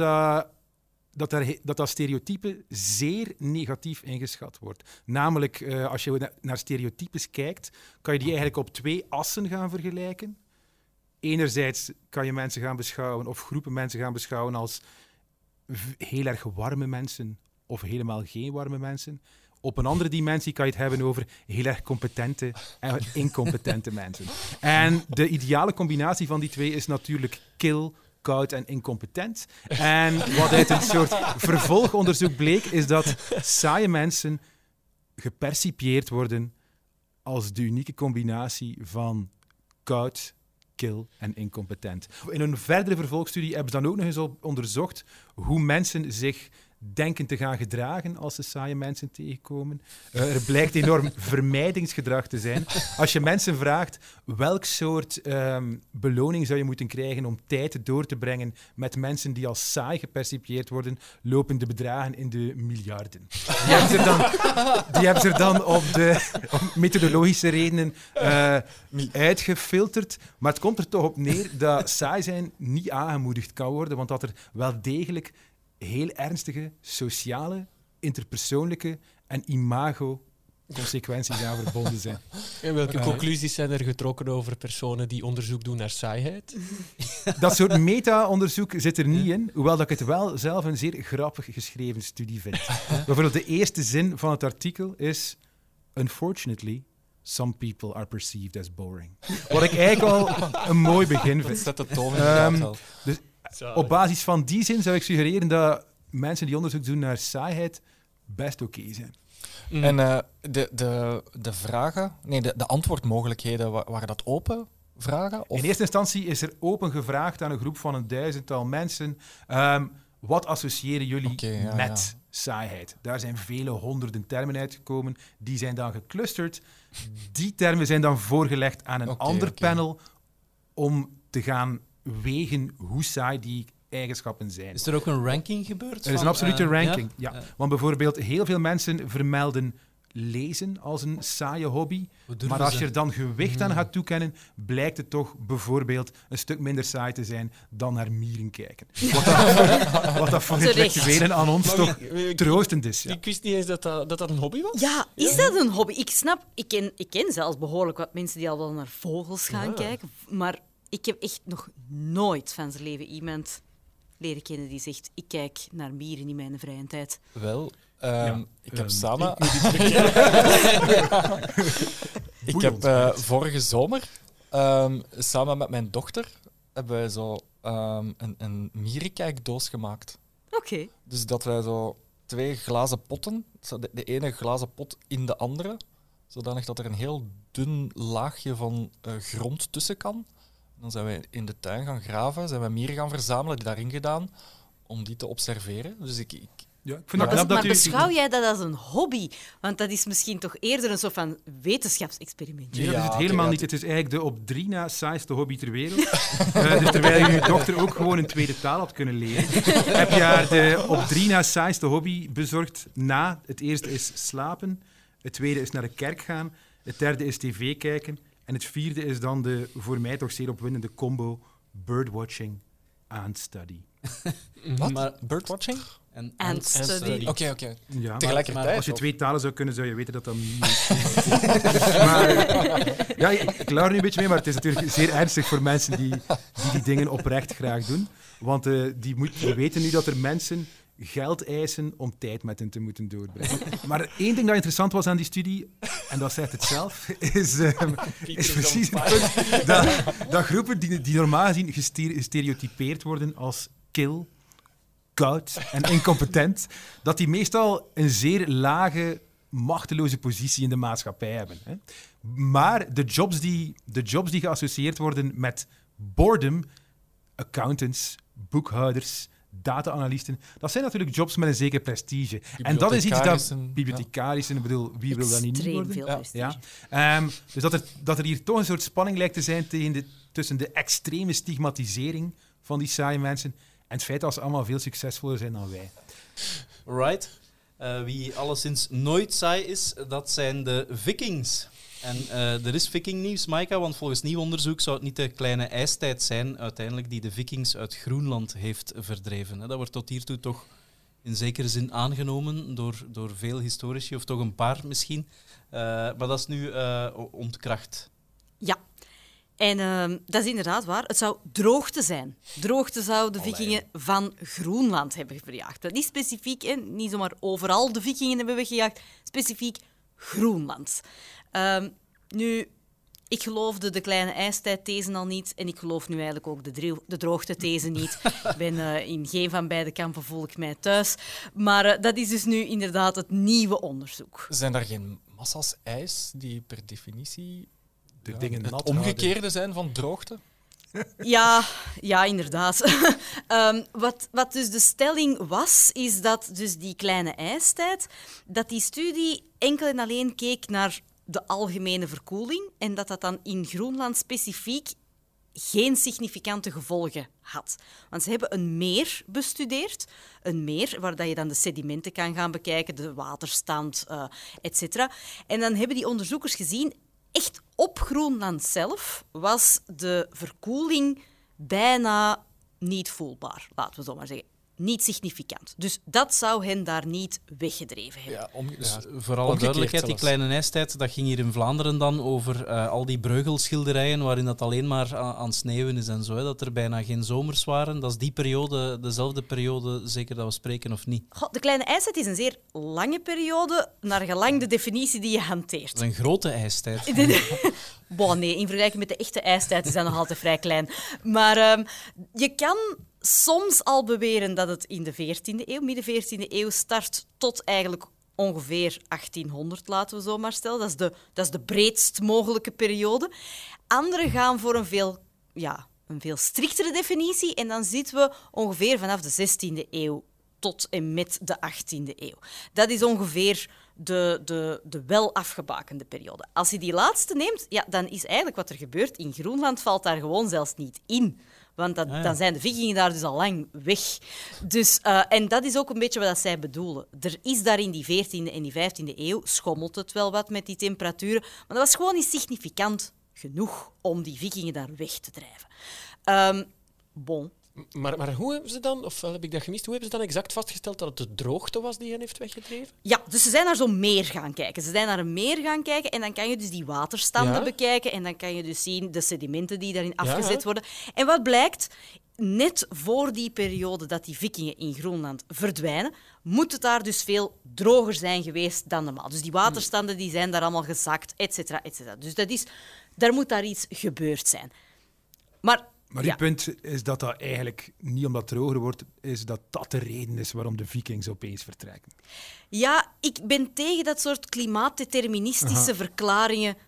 dat stereotype zeer negatief ingeschat wordt. Namelijk, als je naar stereotypes kijkt, kan je die eigenlijk op 2 assen gaan vergelijken. Enerzijds kan je mensen gaan beschouwen, of groepen mensen gaan beschouwen als heel erg warme mensen of helemaal geen warme mensen. Op een andere dimensie kan je het hebben over heel erg competente en incompetente mensen. En de ideale combinatie van die twee is natuurlijk kil, koud en incompetent. En wat uit een soort vervolgonderzoek bleek, is dat saaie mensen gepercipieerd worden als de unieke combinatie van koud, kil en incompetent. In een verdere vervolgstudie hebben ze dan ook nog eens onderzocht hoe mensen zich denken te gaan gedragen als ze saaie mensen tegenkomen. Er blijkt enorm vermijdingsgedrag te zijn. Als je mensen vraagt welk soort beloning zou je moeten krijgen om tijd door te brengen met mensen die als saai gepercipieerd worden, lopen de bedragen in de miljarden. Die hebben ze er dan om methodologische redenen uitgefilterd. Maar het komt er toch op neer dat saai zijn niet aangemoedigd kan worden, want dat er wel degelijk heel ernstige sociale, interpersoonlijke en imago-consequenties aan verbonden zijn. En welke conclusies zijn er getrokken over personen die onderzoek doen naar saaiheid? Dat soort meta-onderzoek zit er niet in, hoewel dat ik het wel zelf een zeer grappig geschreven studie vind. Bijvoorbeeld de eerste zin van het artikel is Unfortunately, some people are perceived as boring. Wat ik eigenlijk al een mooi begin vind. Zet de toon inderdaad wel. Dus op basis van die zin zou ik suggereren dat mensen die onderzoek doen naar saaiheid best oké zijn. En de vragen, de antwoordmogelijkheden, waren dat open vragen? Of? In eerste instantie is er open gevraagd aan een groep van 1000-tal mensen. Wat associëren jullie met saaiheid? Daar zijn vele honderden termen uitgekomen. Die zijn dan geclusterd. Die termen zijn dan voorgelegd aan een ander panel om te gaan wegen hoe saai die eigenschappen zijn. Is er ook een ranking gebeurd? Er is een absolute ranking, ja. Want bijvoorbeeld heel veel mensen vermelden lezen als een saaie hobby. Maar als je er dan gewicht aan gaat toekennen, blijkt het toch bijvoorbeeld een stuk minder saai te zijn dan naar mieren kijken. Wat dat voor intellectuelen aan ons toch troostend is. Ja. Ik wist niet eens dat een hobby was. Ja, is dat een hobby? Ik snap, ik ken zelfs behoorlijk wat mensen die al wel naar vogels gaan kijken, maar ik heb echt nog nooit van zijn leven iemand leren kennen die zegt, ik kijk naar mieren in mijn vrije tijd. Wel, ik heb samen... Ik heb vorige zomer, samen met mijn dochter, hebben wij zo een mierenkijkdoos gemaakt. Oké. Dus dat wij zo 2 glazen potten, de ene glazen pot in de andere, zodanig dat er een heel dun laagje van grond tussen kan. Dan zijn we in de tuin gaan graven, zijn we mieren gaan verzamelen, die daarin gedaan, om die te observeren. Dus Ja, ik vind dat knap Maar dat u... beschouw jij dat als een hobby? Want dat is misschien toch eerder een soort van wetenschapsexperiment. Nee, dat is het Ja, helemaal oké, niet. Het is eigenlijk de op 3 na saaiste hobby ter wereld. Dus terwijl je dochter ook gewoon een tweede taal had kunnen leren, heb je haar de op 3 na saaiste hobby bezorgd na. Het eerste is slapen, het tweede is naar de kerk gaan, het derde is tv kijken en het vierde is dan de voor mij toch zeer opwindende combo birdwatching and study. Wat? Maar- Birdwatching? And study. Oké. Ja, Tegelijkertijd, maar als je of? 2 talen zou kunnen, zou je weten dat dat niet maar, ja, ik laat er nu een beetje mee, maar het is natuurlijk zeer ernstig voor mensen die dingen oprecht graag doen. Want die weten nu dat er mensen geld eisen om tijd met hen te moeten doorbrengen. Maar één ding dat interessant was aan die studie, en dat zegt het zelf, is precies het punt dat groepen die normaal gezien gestereotypeerd worden als kil, koud en incompetent, dat die meestal een zeer lage, machteloze positie in de maatschappij hebben. Hè. Maar de jobs die geassocieerd worden met boredom, accountants, boekhouders, data-analysten, dat zijn natuurlijk jobs met een zeker prestige. En dat is iets dat... Bibliothecarissen, Bibliothecarissen, ik bedoel, wie wil dat niet Extreem worden? veel prestige. Ja. Dus dat er hier toch een soort spanning lijkt te zijn tussen de extreme stigmatisering van die saaie mensen en het feit dat ze allemaal veel succesvoller zijn dan wij. Right. Wie alleszins nooit saai is, dat zijn de Vikings. En er is Viking-nieuws, Maaike, want volgens nieuw onderzoek zou het niet de kleine ijstijd zijn uiteindelijk die de Vikings uit Groenland heeft verdreven. Dat wordt tot hiertoe toch in zekere zin aangenomen door veel historici, of toch een paar misschien. Maar dat is nu ontkracht. Ja. En dat is inderdaad waar. Het zou droogte zijn. Droogte zou de vikingen van Groenland hebben verjaagd. Niet specifiek, hè? Niet zomaar overal de vikingen hebben weggejaagd. Specifiek Groenland. Nu, ik geloofde de kleine ijstijd-these al niet. En ik geloof nu eigenlijk ook de droogte-these niet. Ik ben in geen van beide kampen voel ik mij thuis. Maar dat is dus nu inderdaad het nieuwe onderzoek. Zijn er geen massa's ijs die per definitie De dingen het nat omgekeerde zijn van droogte? Ja, inderdaad. Wat dus de stelling was, is dat dus die kleine ijstijd, dat die studie enkel en alleen keek naar de algemene verkoeling en dat dan in Groenland specifiek geen significante gevolgen had. Want ze hebben een meer bestudeerd, een meer waar dat je dan de sedimenten kan gaan bekijken, de waterstand, etc. En dan hebben die onderzoekers gezien, echt op Groenland zelf was de verkoeling bijna niet voelbaar, laten we zo maar zeggen. Niet significant. Dus dat zou hen daar niet weggedreven hebben. Dus voor alle duidelijkheid, die kleine ijstijd, dat ging hier in Vlaanderen dan over al die breugelschilderijen waarin dat alleen maar aan sneeuwen is en zo. Hè, dat er bijna geen zomers waren. Dat is die periode, dezelfde periode, zeker dat we spreken, of niet? Goh, de kleine ijstijd is een zeer lange periode, naar gelang de definitie die je hanteert. Dat is een grote ijstijd. Nee, in vergelijking met de echte ijstijd is dat nog altijd vrij klein. Maar je kan soms al beweren dat het in de 14e eeuw, midden 14e eeuw, start tot eigenlijk ongeveer 1800, laten we zo maar stellen. Dat is de breedst mogelijke periode. Anderen gaan voor een veel striktere definitie en dan zitten we ongeveer vanaf de 16e eeuw tot en met de 18e eeuw. Dat is ongeveer de wel afgebakende periode. Als je die laatste neemt, ja, dan is eigenlijk wat er gebeurt in Groenland valt daar gewoon zelfs niet in. Want dan zijn de vikingen daar dus al lang weg. Dus, en dat is ook een beetje wat zij bedoelen. Er is daar in die 14e en die 15e eeuw, schommelt het wel wat met die temperaturen, maar dat was gewoon niet significant genoeg om die vikingen daar weg te drijven. Bon. Maar hoe hebben ze dan, of heb ik dat gemist, hoe hebben ze dan exact vastgesteld dat het de droogte was die hen heeft weggedreven? Ja, dus ze zijn naar zo'n meer gaan kijken. Ze zijn naar een meer gaan kijken en dan kan je dus die waterstanden bekijken en dan kan je dus zien de sedimenten die daarin afgezet worden. En wat blijkt, net voor die periode dat die vikingen in Groenland verdwijnen, moet het daar dus veel droger zijn geweest dan normaal. Dus die waterstanden die zijn daar allemaal gezakt, et cetera, et cetera. Dus daar moet daar iets gebeurd zijn. Maar uw punt is dat eigenlijk niet omdat het droger wordt, is dat de reden is waarom de Vikings opeens vertrekken. Ja, ik ben tegen dat soort klimaatdeterministische verklaringen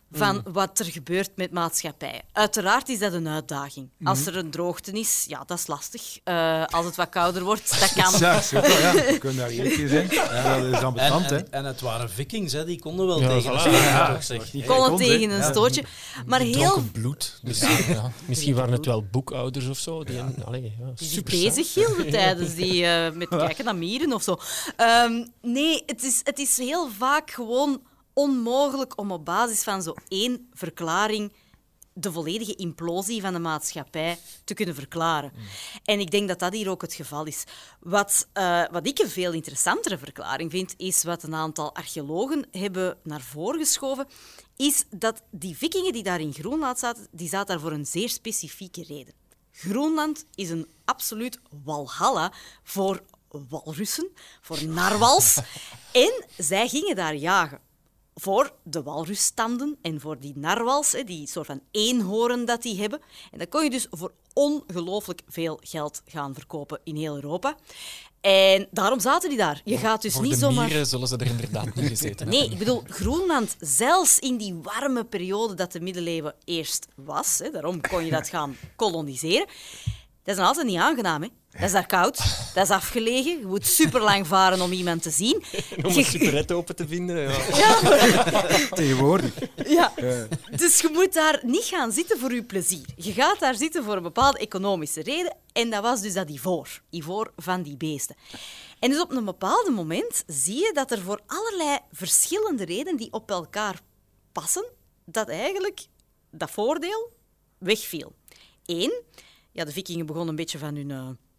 van wat er gebeurt met maatschappijen. Uiteraard is dat een uitdaging. Als er een droogte is, ja, dat is lastig. Als het wat kouder wordt, dat kan. Exact, ja. We kunnen daar eerlijk in zijn. Ja, dat is ambetant, hè. En het waren vikings, hè, die konden wel Ja, tegen voilà. een stootje, Ja, toch, zeg. Kon Kon, tegen hè. een Ja. stootje. Maar heel Dronken bloed. Dus, ja. Misschien waren het wel boekouders of zo. Die die super bezig hielden tijdens die met kijken naar mieren of zo. Nee, het is heel vaak gewoon onmogelijk om op basis van zo één verklaring de volledige implosie van de maatschappij te kunnen verklaren. En ik denk dat dat hier ook het geval is. Wat ik een veel interessantere verklaring vind, is wat een aantal archeologen hebben naar voren geschoven, is dat die vikingen die daar in Groenland zaten, die zaten daar voor een zeer specifieke reden. Groenland is een absoluut walhalla voor walrussen, voor narwals. En zij gingen daar jagen. Voor de walrusstammen en voor die narwals, die soort van eenhoorn dat die hebben. En dat kon je dus voor ongelooflijk veel geld gaan verkopen in heel Europa. En daarom zaten die daar. Je gaat dus Voor niet de zomaar... mieren zullen ze er inderdaad niet gezeten Nee, hebben. ik bedoel, Groenland, zelfs in die warme periode dat de middeleeuwen eerst was, daarom kon je dat gaan koloniseren, dat is nog altijd niet aangenaam. Hè? Dat is daar koud, dat is afgelegen, je moet superlang varen om iemand te zien. Om een superet open te vinden. Ja. Tegenwoordig. Ja. Dus je moet daar niet gaan zitten voor je plezier. Je gaat daar zitten voor een bepaalde economische reden. En dat was dus dat ivoor van die beesten. En dus op een bepaald moment zie je dat er voor allerlei verschillende redenen die op elkaar passen, dat eigenlijk dat voordeel wegviel. Eén, ja, de vikingen begonnen een beetje van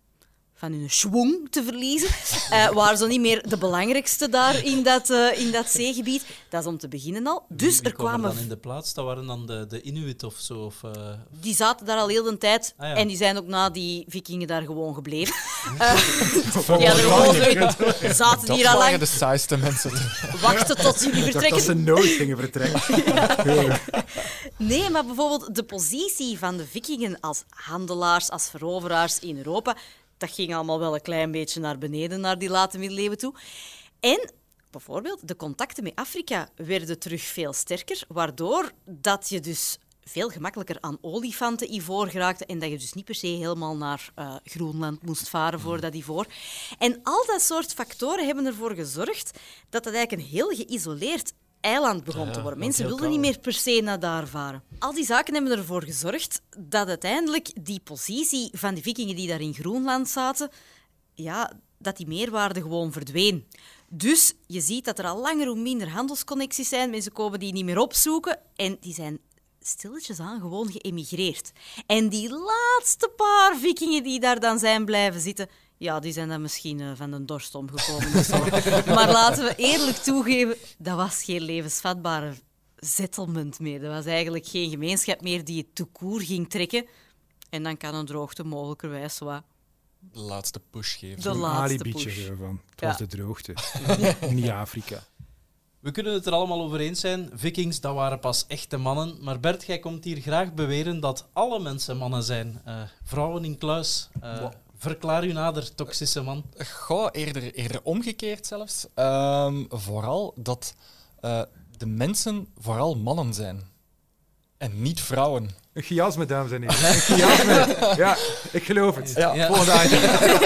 hun schwung te verliezen. Waren ze niet meer de belangrijkste daar in dat zeegebied. Dat is om te beginnen al. Dus Wie er kwam kwamen... dan in de plaats? Dat waren dan de Inuit of zo? Of, Die zaten daar al heel de tijd. Ah, ja. En die zijn ook na die vikingen daar gewoon gebleven. Die hadden gewoon zoiets. Zaten Dat hier al waren lang. de saaiste mensen. Wachten tot jullie Ik dacht dat vertrekken. ze nooit gingen vertrekken. Nee, maar bijvoorbeeld de positie van de vikingen als handelaars, als veroveraars in Europa, dat ging allemaal wel een klein beetje naar beneden, naar die late middeleeuwen toe. En bijvoorbeeld de contacten met Afrika werden terug veel sterker, waardoor dat je dus veel gemakkelijker aan olifanten-ivoor geraakte en dat je dus niet per se helemaal naar Groenland moest varen voor dat ivoor. En al dat soort factoren hebben ervoor gezorgd dat het eigenlijk een heel geïsoleerd eiland begon te worden. Mensen heel wilden koud. niet meer per se naar daar varen. Al die zaken hebben ervoor gezorgd dat uiteindelijk die positie van die vikingen die daar in Groenland zaten, ja, dat die meerwaarde gewoon verdween. Dus je ziet dat er al langer hoe minder handelsconnecties zijn. Mensen komen die niet meer opzoeken en die zijn stilletjes aan gewoon geëmigreerd. En die laatste paar vikingen die daar dan zijn blijven zitten, ja, die zijn dan misschien van de dorst omgekomen of zo. Maar laten we eerlijk toegeven, dat was geen levensvatbare settlement meer. Dat was eigenlijk geen gemeenschap meer die het tout court ging trekken. En dan kan een droogte mogelijkerwijs zo wat De laatste push geven. de Een laatste alibietje push. geven van. Het Ja. was de droogte. Niet Afrika. We kunnen het er allemaal over eens zijn. Vikings, dat waren pas echte mannen. Maar Bert, jij komt hier graag beweren dat alle mensen mannen zijn. Vrouwen in kluis. Verklaar u nader, toxische man. Goh, eerder omgekeerd zelfs. Vooral dat de mensen vooral mannen zijn. En niet vrouwen. Een chiasme, dames en heren. Een chiasme. Ja, ik geloof het. Ja. Volgende item.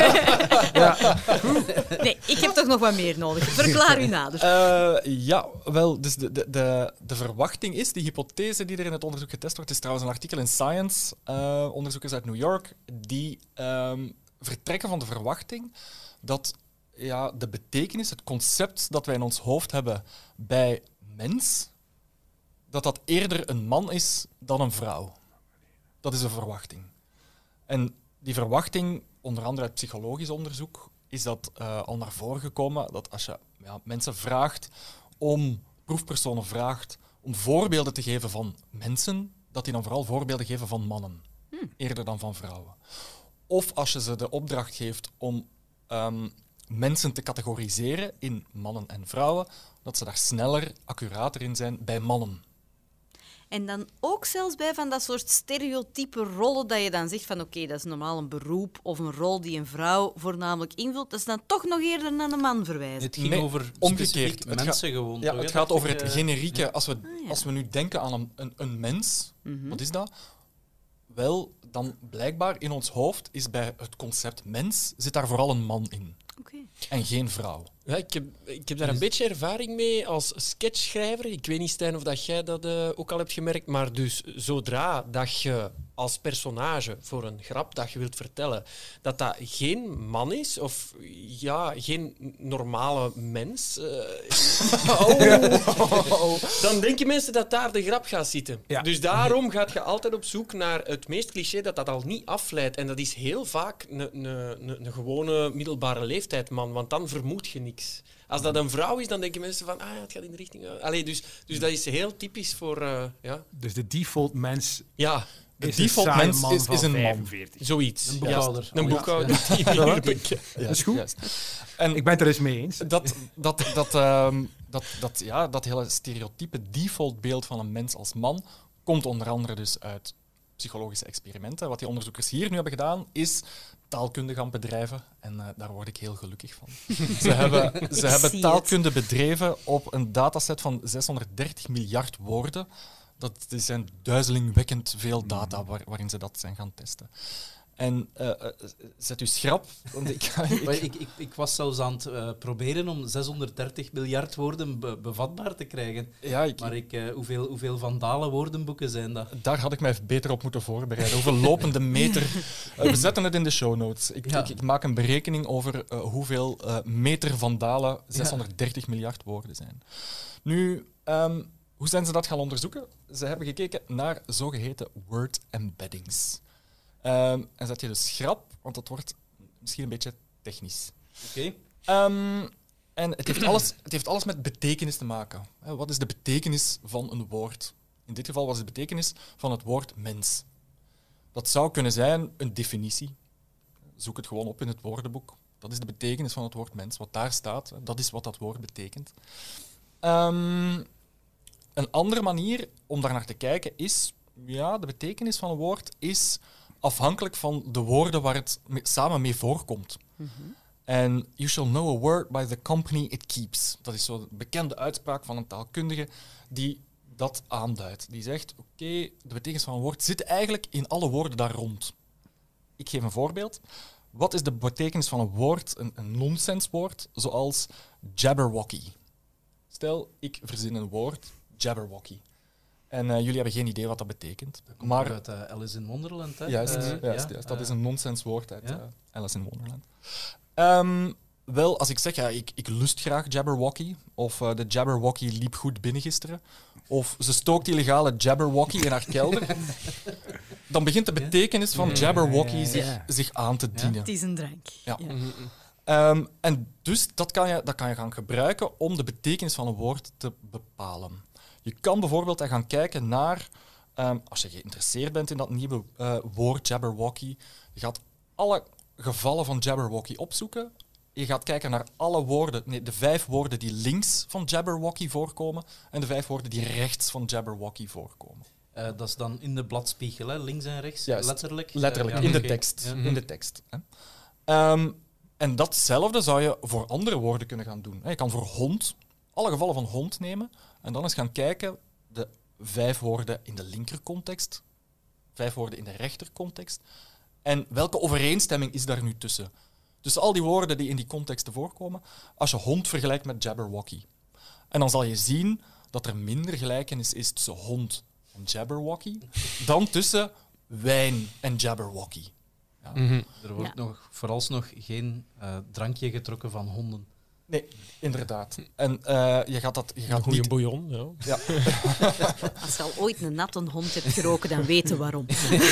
Ja. Nee, ik heb toch nog wat meer nodig. Verklaar u nader. Ja, wel, dus de verwachting is, die hypothese die er in het onderzoek getest wordt, is trouwens een artikel in Science, onderzoekers uit New York, die vertrekken van de verwachting dat de betekenis, het concept dat wij in ons hoofd hebben bij mens, dat eerder een man is dan een vrouw. Dat is een verwachting. En die verwachting, onder andere uit psychologisch onderzoek, is dat al naar voren gekomen dat als je mensen vraagt proefpersonen vraagt om voorbeelden te geven van mensen, dat die dan vooral voorbeelden geven van mannen, eerder dan van vrouwen. Of als je ze de opdracht geeft om mensen te categoriseren in mannen en vrouwen, dat ze daar sneller, accurater in zijn bij mannen. En dan ook zelfs bij van dat soort stereotype rollen dat je dan zegt van oké, dat is normaal een beroep of een rol die een vrouw voornamelijk invult. Dat is dan toch nog eerder naar een man verwijzen. Het ging Nee, over omgekeerd. specifiek Het mensen gewoon. Ja, toch, het hè? gaat Dat over ik, het generieke. ja. Als we nu denken aan een mens, wat is dat? Wel, dan blijkbaar in ons hoofd is bij het concept mens zit daar vooral een man in Oké. en geen vrouw. Ja, ik heb daar een beetje ervaring mee als sketchschrijver. Ik weet niet, Stijn, of dat jij dat ook al hebt gemerkt, maar dus zodra dat je als personage voor een grap dat je wilt vertellen, dat geen man is, of ja, geen normale mens, dan denken mensen dat daar de grap gaat zitten. Ja. Dus daarom gaat je altijd op zoek naar het meest cliché dat al niet afleidt. En dat is heel vaak een gewone middelbare leeftijdman, want dan vermoed je niks. Als dat een vrouw is, dan denken mensen van, het gaat in de richting... Allee, dus dat is heel typisch voor... ja. Dus de default mens Ja, De is default een saaie mens man is van een man. 45. zoiets. Een boekhouder. Ja, een Ja. boekhouder. Ja, Dat is goed. juist. En Ik ben het er eens mee eens. dat hele stereotype defaultbeeld van een mens als man komt onder andere dus uit psychologische experimenten. Wat die onderzoekers hier nu hebben gedaan, is taalkunde gaan bedrijven. En daar word ik heel gelukkig van. Ze zie hebben het. taalkunde bedreven op een dataset van 630 miljard woorden. Dat zijn duizelingwekkend veel data waarin ze dat zijn gaan testen. En zet u schrap. Want Ik was zelfs aan het proberen om 630 miljard woorden bevatbaar te krijgen. ja, Maar hoeveel vandalen woordenboeken zijn dat? daar had ik mij beter op moeten voorbereiden. Hoeveel lopende meter. We zetten het in de show notes. Ik maak een berekening over hoeveel meter vandalen 630 miljard woorden zijn. Nu, hoe zijn ze dat gaan onderzoeken? Ze hebben gekeken naar zogeheten word embeddings. En zet je dus schrap, want dat wordt misschien een beetje technisch. Oké. En het heeft alles met betekenis te maken. Wat is de betekenis van een woord? In dit geval was de betekenis van het woord mens. Dat zou kunnen zijn een definitie. Zoek het gewoon op in het woordenboek. Dat is de betekenis van het woord mens. Wat daar staat, dat is wat dat woord betekent. Een andere manier om daar naar te kijken is... Ja, de betekenis van een woord is afhankelijk van de woorden waar het samen mee voorkomt. En you shall know a word by the company it keeps. Dat is zo'n bekende uitspraak van een taalkundige die dat aanduidt. Die zegt, oké, de betekenis van een woord zit eigenlijk in alle woorden daar rond. Ik geef een voorbeeld. Wat is de betekenis van een woord, een nonsenswoord, zoals jabberwocky? Stel, ik verzin een woord, jabberwocky. En jullie hebben geen idee wat dat betekent. Maar Maar uit Alice in Wonderland, hè? juist. Dat is een nonsenswoord uit ja. Alice in Wonderland. Wel, als ik zeg, ik lust graag jabberwocky, of de jabberwocky liep goed binnen gisteren, of ze stookt illegale jabberwocky in haar kelder, dan begint de betekenis van jabberwocky zich aan te dienen. Het is een drank. Ja. Ja. En dus dat kan je gaan gebruiken om de betekenis van een woord te bepalen. Je kan bijvoorbeeld gaan kijken naar, als je geïnteresseerd bent in dat nieuwe woord jabberwocky, je gaat alle gevallen van jabberwocky opzoeken. Je gaat kijken naar de 5 woorden die links van jabberwocky voorkomen en de 5 woorden die rechts van jabberwocky voorkomen. Dat is dan in de bladspiegel, hè? Links en rechts, Juist. letterlijk. Letterlijk, Ja, in de oké. tekst. Ja. In de tekst, hè. En datzelfde zou je voor andere woorden kunnen gaan doen. Je kan voor hond alle gevallen van hond nemen en dan eens gaan kijken de 5 woorden in de linkercontext, 5 woorden in de rechtercontext en welke overeenstemming is daar nu tussen? Tussen al die woorden die in die contexten voorkomen, als je hond vergelijkt met jabberwocky. En dan zal je zien dat er minder gelijkenis is tussen hond en jabberwocky dan tussen wijn en jabberwocky. Ja. Er wordt vooralsnog geen drankje getrokken van honden. Nee, inderdaad. En je gaat Een goede niet... bouillon, ja. Als je al ooit een natte hond hebt geroken, dan weten waarom.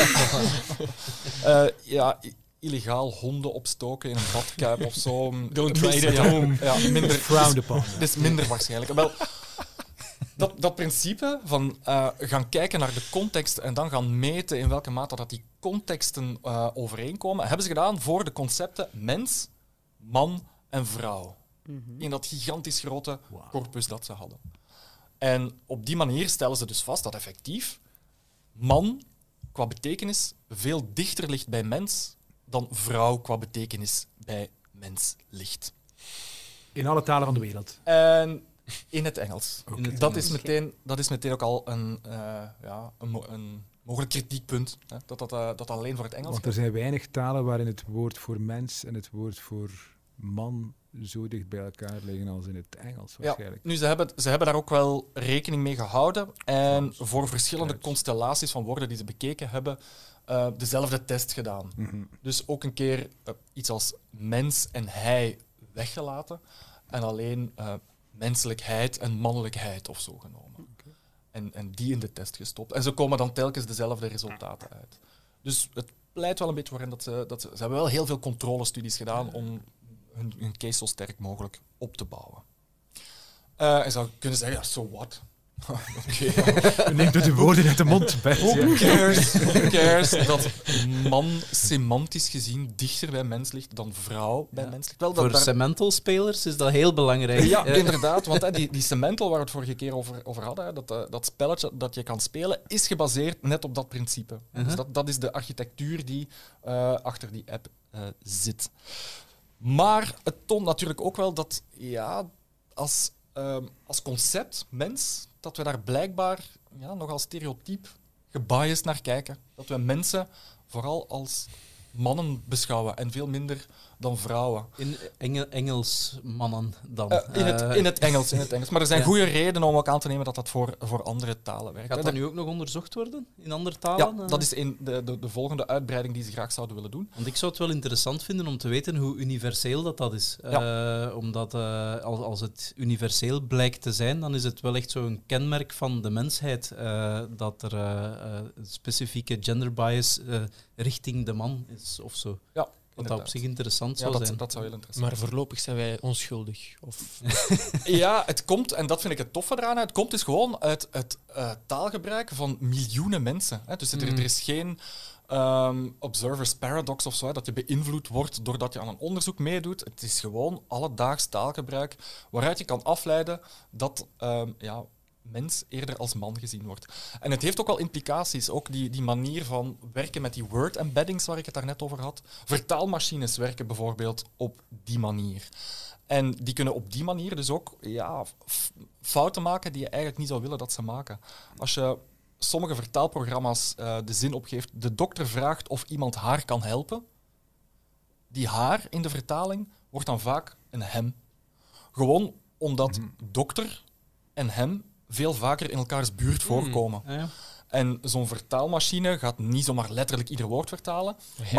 Illegaal honden opstoken in een badkuip of zo. Don't try it at home. Ja, minder Frowned upon. Dat is minder waarschijnlijk. Wel, dat principe van gaan kijken naar de context en dan gaan meten in welke mate dat die contexten overeenkomen, hebben ze gedaan voor de concepten mens, man en vrouw. In dat gigantisch grote corpus dat ze hadden. En op die manier stellen ze dus vast dat effectief man qua betekenis veel dichter ligt bij mens dan vrouw qua betekenis bij mens ligt. In alle talen van de wereld. En in het Engels. In het Dat, Engels. dat is meteen ook al een mogelijk kritiekpunt. Hè? Dat alleen voor het Engels Want er zijn weinig talen waarin het woord voor mens en het woord voor man zo dicht bij elkaar liggen als in het Engels waarschijnlijk. Nu, ze hebben daar ook wel rekening mee gehouden en voor verschillende constellaties van woorden die ze bekeken hebben, dezelfde test gedaan. Dus ook een keer iets als mens en hij weggelaten en alleen menselijkheid en mannelijkheid of zo genomen. En die in de test gestopt. En zo komen dan telkens dezelfde resultaten uit. Dus het pleit wel een beetje voor hen dat ze hebben wel heel veel controlestudies gedaan om hun case zo sterk mogelijk op te bouwen. Je zou kunnen zeggen, ja, so what? U neemt de woorden uit de mond, Bert. Who cares dat man semantisch gezien dichter bij mens ligt dan vrouw bij mens ligt? Wel, Voor Semental-spelers is dat heel belangrijk. Ja, inderdaad. Want die Semental, waar we het vorige keer over hadden, dat spelletje dat je kan spelen, is gebaseerd net op dat principe. Dus dat is de architectuur die achter die app zit. Maar het toont natuurlijk ook wel dat als concept, mens, dat we daar blijkbaar nogal stereotyp gebiased naar kijken. Dat we mensen vooral als mannen beschouwen en veel minder dan vrouwen. In Engels mannen dan. In het Engels. Maar er zijn goede redenen om ook aan te nemen dat dat voor andere talen werkt. Gaat dat nu ook nog onderzocht worden in andere talen? Ja, dat is de volgende uitbreiding die ze graag zouden willen doen. Want ik zou het wel interessant vinden om te weten hoe universeel dat is. Omdat als het universeel blijkt te zijn, dan is het wel echt zo'n kenmerk van de mensheid dat er specifieke gender bias richting de man is of zo. Ja. Wat dat op zich interessant zou zijn. Dat zou heel interessant Maar voorlopig zijn wij onschuldig. Of... Ja, het komt, en dat vind ik het toffe eraan, het komt dus gewoon uit het taalgebruik van miljoenen mensen. Hè. Dus er is geen observer's paradox of zo, dat je beïnvloed wordt doordat je aan een onderzoek meedoet. Het is gewoon alledaags taalgebruik waaruit je kan afleiden dat mens eerder als man gezien wordt. En het heeft ook wel implicaties, ook die manier van werken met die word embeddings waar ik het daarnet over had. Vertaalmachines werken bijvoorbeeld op die manier. En die kunnen op die manier dus ook fouten maken die je eigenlijk niet zou willen dat ze maken. Als je sommige vertaalprogramma's de zin opgeeft, de dokter vraagt of iemand haar kan helpen, die haar in de vertaling wordt dan vaak een hem. Gewoon omdat dokter en hem veel vaker in elkaars buurt voorkomen. Ja. En zo'n vertaalmachine gaat niet zomaar letterlijk ieder woord vertalen,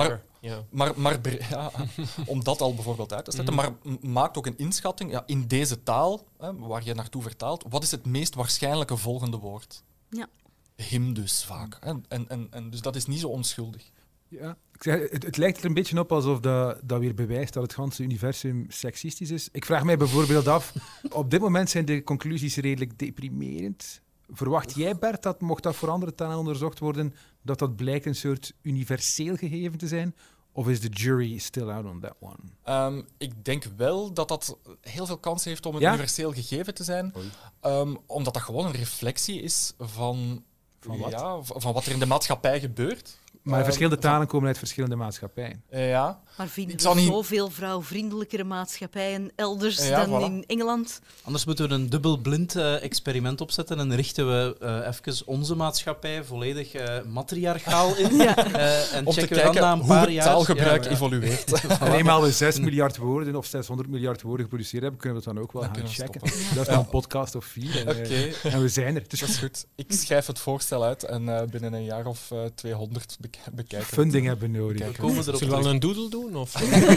maar om dat al bijvoorbeeld uit te zetten, maar maakt ook een inschatting in deze taal, waar je naartoe vertaalt, wat is het meest waarschijnlijke volgende woord? Ja. Him dus vaak. En dus dat is niet zo onschuldig. Ja, ik zeg, het lijkt er een beetje op alsof dat weer bewijst dat het ganse universum seksistisch is. Ik vraag mij bijvoorbeeld af, op dit moment zijn de conclusies redelijk deprimerend. Verwacht jij, Bert, dat mocht dat voor andere talen onderzocht worden, dat blijkt een soort universeel gegeven te zijn? Of is de jury still out on that one? Ik denk wel dat heel veel kans heeft om een universeel gegeven te zijn. Omdat dat gewoon een reflectie is van wat er in de maatschappij gebeurt. Maar verschillende talen komen uit verschillende maatschappijen. Ja. Maar vinden Ik zal we niet- zoveel vrouwvriendelijkere maatschappijen elders Ja, dan voilà. in Engeland? Anders moeten we een dubbelblind experiment opzetten en richten we even onze maatschappij volledig matriarchaal in. En Om te checken we dan na kijken een hoe paar het jaar... taalgebruik Ja, evolueert. En eenmaal we 6 miljard woorden of 600 miljard woorden geproduceerd hebben, kunnen we het dan ook wel Dan gaan kunnen we checken. stoppen. Dat is nog een podcast of 4. Oké. En we zijn er. Het is Dat is goed. Ik schrijf het voorstel uit en binnen een jaar of 200 bekijken. funding hebben we nodig. we komen erop Zullen we terug. al een doodle doen? Of?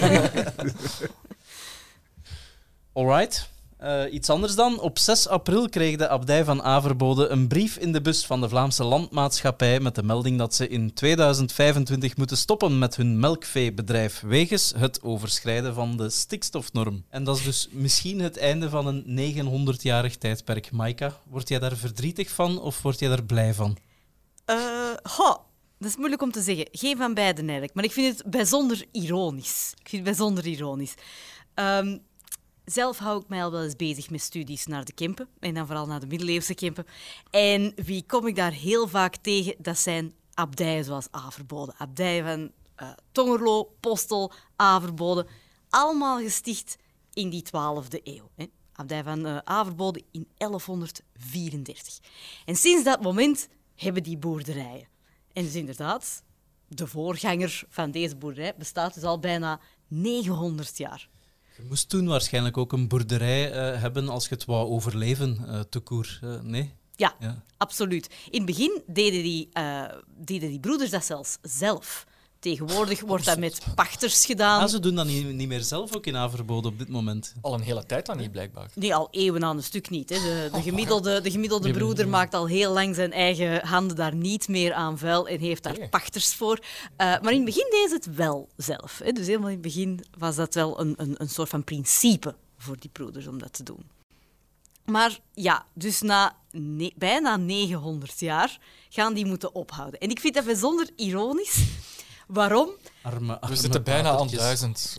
Alright. Iets anders dan. Op 6 april kreeg de abdij van Averbode een brief in de bus van de Vlaamse Landmaatschappij met de melding dat ze in 2025 moeten stoppen met hun melkveebedrijf wegens het overschrijden van de stikstofnorm. En dat is dus misschien het einde van een 900-jarig tijdperk. Maika, word jij daar verdrietig van of word jij daar blij van? Dat is moeilijk om te zeggen. Geen van beiden eigenlijk. Maar ik vind het bijzonder ironisch. Zelf hou ik mij al wel eens bezig met studies naar de Kempen. En dan vooral naar de middeleeuwse Kempen. En wie kom ik daar heel vaak tegen? Dat zijn abdijen zoals Averboden. Abdijen van Tongerlo, Postel, Averboden. Allemaal gesticht in die 12e eeuw. Hè. Abdij van Averboden in 1134. En sinds dat moment hebben die boerderijen. En dus inderdaad, de voorganger van deze boerderij bestaat dus al bijna 900 jaar. Je moest toen waarschijnlijk ook een boerderij hebben als je het wou overleven, tout court. Nee? Ja, Ja. absoluut. In het begin deden die broeders dat zelfs zelf. Tegenwoordig wordt dat met pachters gedaan. Ah, ze doen dat niet meer zelf ook in Averboden op dit moment. Al een hele tijd dan niet, blijkbaar. Nee, al eeuwen aan een stuk niet. Hè. De gemiddelde broeder maakt al heel lang zijn eigen handen daar niet meer aan vuil en heeft daar pachters voor. Maar in het begin deden ze het wel zelf. Hè. Dus helemaal in het begin was dat wel een soort van principe voor die broeders om dat te doen. Maar ja, dus na bijna 900 jaar gaan die moeten ophouden. En ik vind dat bijzonder ironisch. Waarom? Arme We zitten bijna aan patertjes. 1000.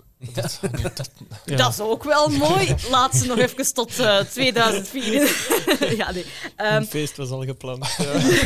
Ja. Dat is ook wel mooi. Laat ze nog even tot 2004. Ja, nee. Een feest was al gepland.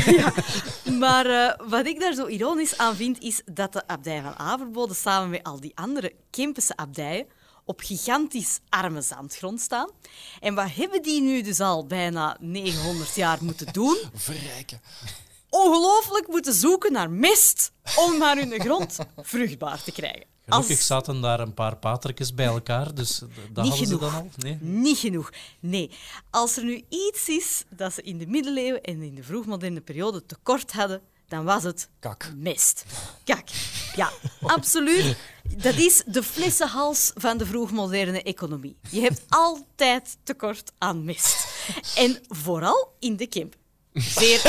Maar wat ik daar zo ironisch aan vind, is dat de abdij van Averboden samen met al die andere Kempense abdijen op gigantisch arme zandgrond staan. En wat hebben die nu dus al bijna 900 jaar moeten doen? Verrijken. Ongelooflijk moeten zoeken naar mest om maar hun grond vruchtbaar te krijgen. Gelukkig zaten daar een paar patertjes bij elkaar, dus dat Niet hadden ze genoeg. dan al. Nee. Niet genoeg. Nee. Als er nu iets is dat ze in de middeleeuwen en in de vroegmoderne periode tekort hadden, dan was het Kak. mest. Kak. Ja, absoluut. Dat is de flessenhals van de vroegmoderne economie. Je hebt altijd tekort aan mest. En vooral in de Kemp. Zeer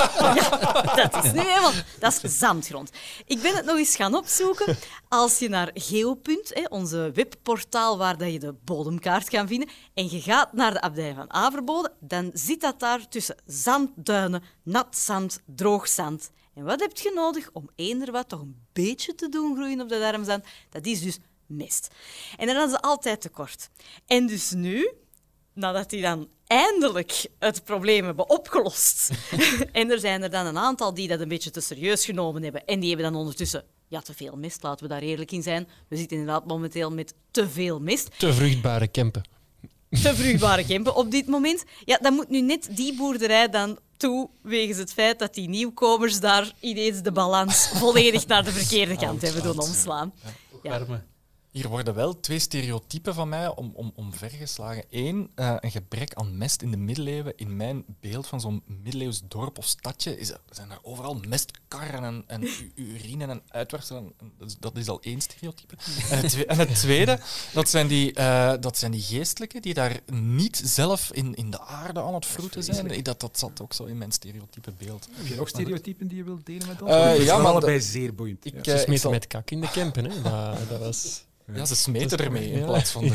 ja, dat is nu helemaal... Dat is zandgrond. Ik ben het nog eens gaan opzoeken. Als je naar Geopunt, onze webportaal waar dat je de bodemkaart kan vinden, en je gaat naar de abdij van Averboden, dan zit dat daar tussen zandduinen, nat zand, droog zand. En wat heb je nodig om eender wat toch een beetje te doen groeien op dat arm zand? Dat is dus mest. En dan hadden ze altijd tekort. En dus nu, nadat die dan eindelijk het probleem hebben opgelost, en er zijn er dan een aantal die dat een beetje te serieus genomen hebben, en die hebben dan ondertussen te veel mest, laten we daar eerlijk in zijn. We zitten inderdaad momenteel met te veel mest. Te vruchtbare Kempen. Te vruchtbare Kempen op dit moment. Ja, dan moet nu net die boerderij dan toe, wegens het feit dat die nieuwkomers daar ineens de balans volledig naar de verkeerde kant hebben doen omslaan. Ja. Arme. Hier worden wel 2 stereotypen van mij omvergeslagen. Eén, een gebrek aan mest in de middeleeuwen. In mijn beeld van zo'n middeleeuws dorp of stadje zijn er overal mestkarren en urine en uitwerpselen. Dat is al 1 stereotype. En het tweede, dat zijn die geestelijken die daar niet zelf in de aarde aan het vroeten zijn. Dat zat ook zo in mijn stereotype beeld. Heb je nog stereotypen die je wilt delen met ons? Ja, Dat is maar allebei zeer boeiend. Ik, Ze ik smeten zal- met kak in de Kempen. Hè. Dat was... Ja, ze smeten ermee in Ja. plaats van...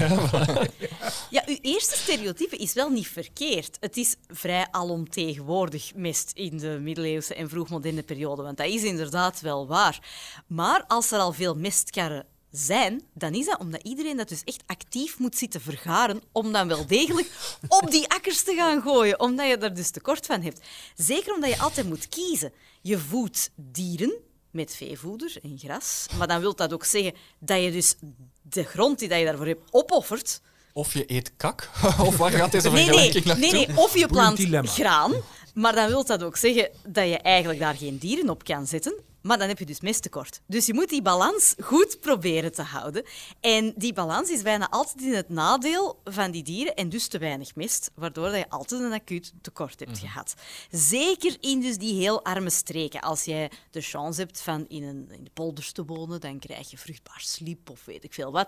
Ja, uw eerste stereotype is wel niet verkeerd. Het is vrij alomtegenwoordig mest in de middeleeuwse en vroegmoderne periode, want dat is inderdaad wel waar. Maar als er al veel mestkarren zijn, dan is dat omdat iedereen dat dus echt actief moet zitten vergaren om dan wel degelijk op die akkers te gaan gooien, omdat je daar dus tekort van hebt. Zeker omdat je altijd moet kiezen. Je voedt dieren met veevoeder en gras, maar dan wil dat ook zeggen dat je dus de grond die dat je daarvoor hebt opoffert. Of je eet kak, of waar gaat deze vergelijking naartoe? Nee, of je plant dilemma. graan, maar dan wil dat ook zeggen dat je eigenlijk daar geen dieren op kan zetten, maar dan heb je dus mesttekort. Dus je moet die balans goed proberen te houden. En die balans is bijna altijd in het nadeel van die dieren en dus te weinig mest, waardoor dat je altijd een acuut tekort hebt gehad. Zeker in dus die heel arme streken. Als jij de chance hebt van in de polders te wonen, dan krijg je vruchtbaar sliep of weet ik veel wat.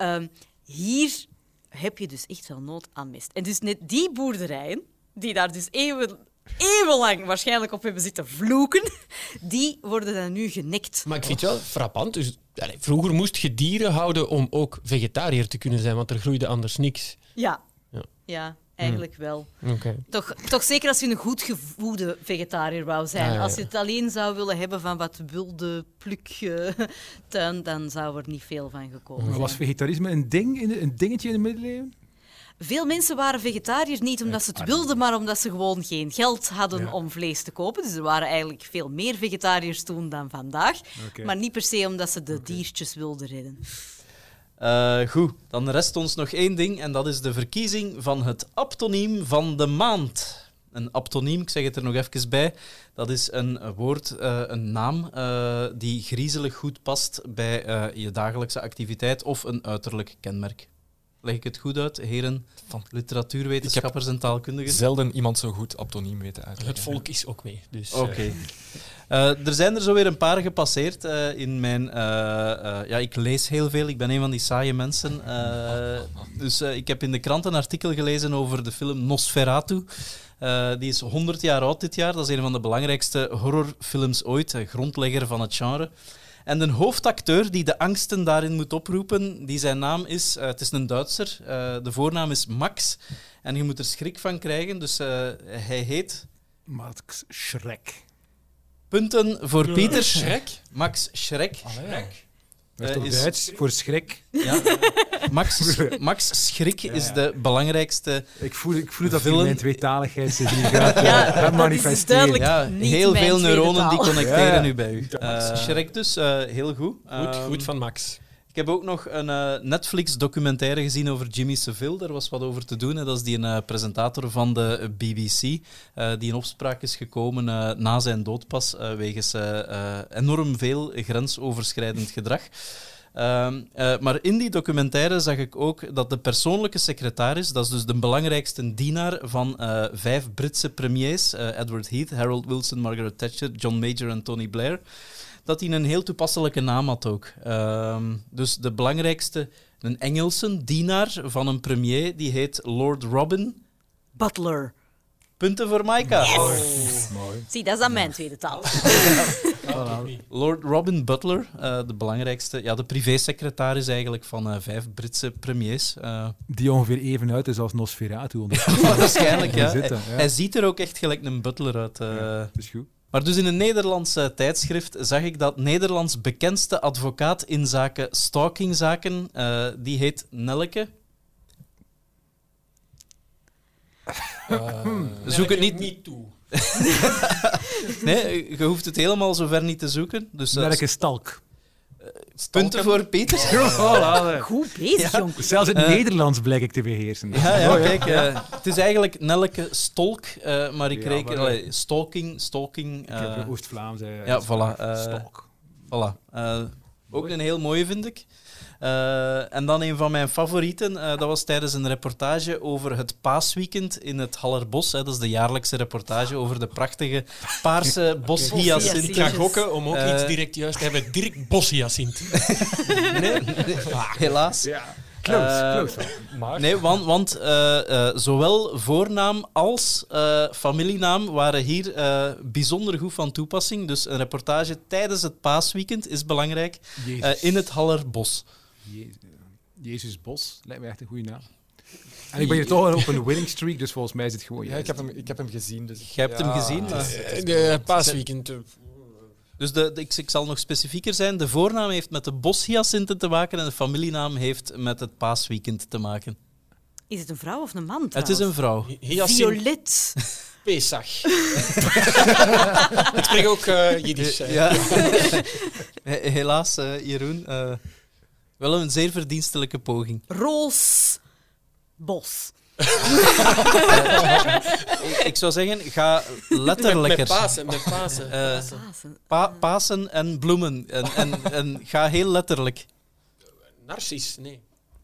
Hier heb je dus echt wel nood aan mest. En dus net die boerderijen, die daar dus eeuwenlang waarschijnlijk op hebben zitten vloeken, die worden dan nu genekt. Maar ik vind het wel frappant. Dus, vroeger moest je dieren houden om ook vegetariër te kunnen zijn, want er groeide anders niks. Ja, Ja. ja eigenlijk wel. Oké. Toch zeker als je een goed gevoede vegetariër wou zijn. Ja. Als je het alleen zou willen hebben van wat wilde pluktuin, dan zou er niet veel van gekomen Maar zijn. was vegetarisme een dingetje in de middeleeuwen? Veel mensen waren vegetariër niet omdat ze het wilden, maar omdat ze gewoon geen geld hadden om vlees te kopen. Dus er waren eigenlijk veel meer vegetariërs toen dan vandaag. Oké. Maar niet per se omdat ze de diertjes wilden redden. Goed, dan rest ons nog één ding en dat is de verkiezing van het aptoniem van de maand. Een aptoniem, ik zeg het er nog even bij, dat is een woord, een naam die griezelig goed past bij je dagelijkse activiteit of een uiterlijk kenmerk. Leg ik het goed uit, heren literatuurwetenschappers en taalkundigen? Zelden iemand zo goed aptoniem weten uit. Het volk is ook mee. Dus, Oké. Er zijn er zo weer een paar gepasseerd in mijn... ik lees heel veel, ik ben een van die saaie mensen. Dus ik heb in de krant een artikel gelezen over de film Nosferatu. Die is 100 jaar oud dit jaar. Dat is een van de belangrijkste horrorfilms ooit, grondlegger van het genre. En de hoofdacteur die de angsten daarin moet oproepen, die zijn naam is... het is een Duitser. De voornaam is Max. En je moet er schrik van krijgen. Dus hij heet... Max Schreck. Punten voor Pieter. Schreck? Max Schreck. Dat is toch Duits voor schrik? Ja. Max Schrik is de belangrijkste... Ik voel dat Film. in mijn tweetaligheid zich hier gaat, Ja, gaat is manifesteren. duidelijk. Ja, niet heel mijn veel tweede neuronen die taal. connecteren Ja. nu bij u. Schrik dus, heel goed. Goed van Max. Ik heb ook nog een Netflix-documentaire gezien over Jimmy Savile. Daar was wat over te doen. Hè. Dat is die presentator van de BBC, die in opspraak is gekomen na zijn dood pas, wegens enorm veel grensoverschrijdend gedrag. Maar in die documentaire zag ik ook dat de persoonlijke secretaris, dat is dus de belangrijkste dienaar van 5 Britse premiers, Edward Heath, Harold Wilson, Margaret Thatcher, John Major en Tony Blair, dat hij een heel toepasselijke naam had ook. Dus de belangrijkste, een Engelse dienaar van een premier, die heet Lord Robin. Butler. Punten voor Maika. Zie, dat is dan mijn tweede taal. Lord Robin Butler, de belangrijkste, de privésecretaris eigenlijk van 5 Britse premiers. Die ongeveer even uit is als Nosferatu. Waarschijnlijk, ja. Zitten, ja. Hij ziet er ook echt gelijk een butler uit. Dat is goed. Maar dus in een Nederlands tijdschrift zag ik dat Nederlands bekendste advocaat in zaken stalkingzaken, die heet Nelleke. Zoek het niet toe. Nee, je hoeft het helemaal zover niet te zoeken. Dus, Welke stalk? punten voor Pieter. Goed bezig, jong. Zelfs het Nederlands blijk ik te beheersen. Ja, Oh, kijk. Het is eigenlijk Nelleke Stolk, maar ik Ja, reken... maar- Stalking. Ik heb Oost-Vlaams. ja, voilà. Stalk. Voilà. Ook een heel mooie, vind ik. En dan een van mijn favorieten, dat was tijdens een reportage over het paasweekend in het Hallerbos. Dat is de jaarlijkse reportage over de prachtige paarse boshyacinten. Ik ga gokken om ook iets direct juist te hebben. Dirk Boshyacint. Nee, helaas. Ja. Close. Nee, want zowel voornaam als familienaam waren hier bijzonder goed van toepassing. Dus een reportage tijdens het paasweekend is belangrijk in het Hallerbos. Jezus Bos, lijkt me echt een goede naam. En ik ben hier toch op een winning streak, dus volgens mij is het gewoon Ja, juist. ik heb hem gezien. Dus Jij hebt hem gezien. Maar... De paasweekend. Dus ik zal nog specifieker zijn. De voornaam heeft met de boshyacinten te maken en de familienaam heeft met het paasweekend te maken. Is het een vrouw of een man? Het is een vrouw. Hyacint Violet. Pesach. Ik spreek ook Jiddisch. Ja. Helaas, Jeroen. Wel een zeer verdienstelijke poging. Roos. Bos. Ik zou zeggen, ga letterlijker. Met Pasen. Pasen en bloemen. En ga heel letterlijk. Narcis, nee.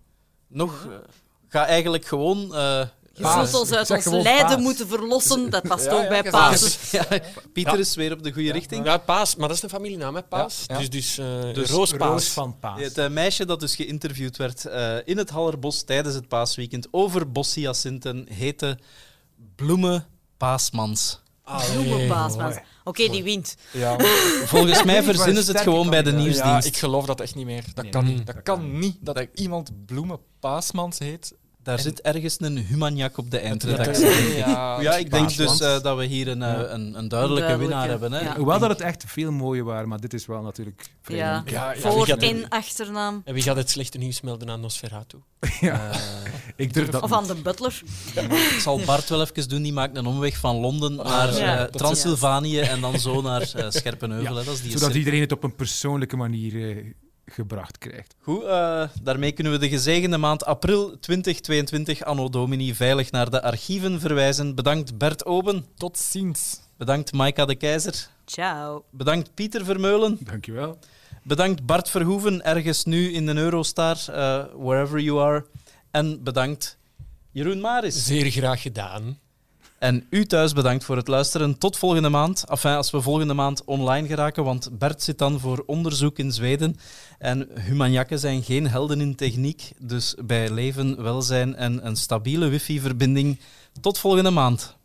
Ga eigenlijk gewoon... Je zult ons uit Zeg ons gewoon lijden paas. moeten verlossen. Dat past ook bij Paas. Pasen. Ja, Pieter is weer op de goede richting. Ja, Paas, maar dat is een familienaam, hè? Paas. Ja. Dus Roos Roospaas. van Paas. Het meisje dat dus geïnterviewd werd in het Hallerbos tijdens het paasweekend over boshyacinten heette Bloemen Paasmans. Bloemenpaasmans. mooi. Oké, die wint. ja, Volgens mij Niet waar verzinnen ze het sterke gewoon bij de kandidaat. nieuwsdienst. ik geloof dat echt niet meer. Dat Nee, kan nee. niet. Dat kan niet dat iemand Bloemen Paasmans heet. Daar zit ergens een humanjak op de eindredactie. Ja, ik denk dus dat we hier een duidelijke winnaar hebben. Hè. Ja. Hoewel dat het echt veel mooie waren, maar dit is wel natuurlijk vrij Ja. uniek. Ja, Voor- wie gaat en achternaam. En wie gaat het slechte nieuws melden aan Nosferatu? Ik durf dat Of niet. aan de butler. Ik zal Bart wel even doen. Die maakt een omweg van Londen naar Ja. Transylvanië en dan zo naar Scherpenheuvel. Hè. Dat is die Zodat iedereen het op een persoonlijke manier gebracht krijgt. Goed, daarmee kunnen we de gezegende maand april 2022 anno Domini veilig naar de archieven verwijzen. Bedankt Bert Oben. Tot ziens. Bedankt Maika de Keizer. Ciao. Bedankt Pieter Vermeulen. Dankjewel. Bedankt Bart Verhoeven, ergens nu in de Eurostar, wherever you are. En bedankt Jeroen Maris. Zeer graag gedaan. En u thuis bedankt voor het luisteren. Tot volgende maand. Enfin, als we volgende maand online geraken, want Bert zit dan voor onderzoek in Zweden. En humanjakken zijn geen helden in techniek. Dus bij leven, welzijn en een stabiele wifi-verbinding. Tot volgende maand.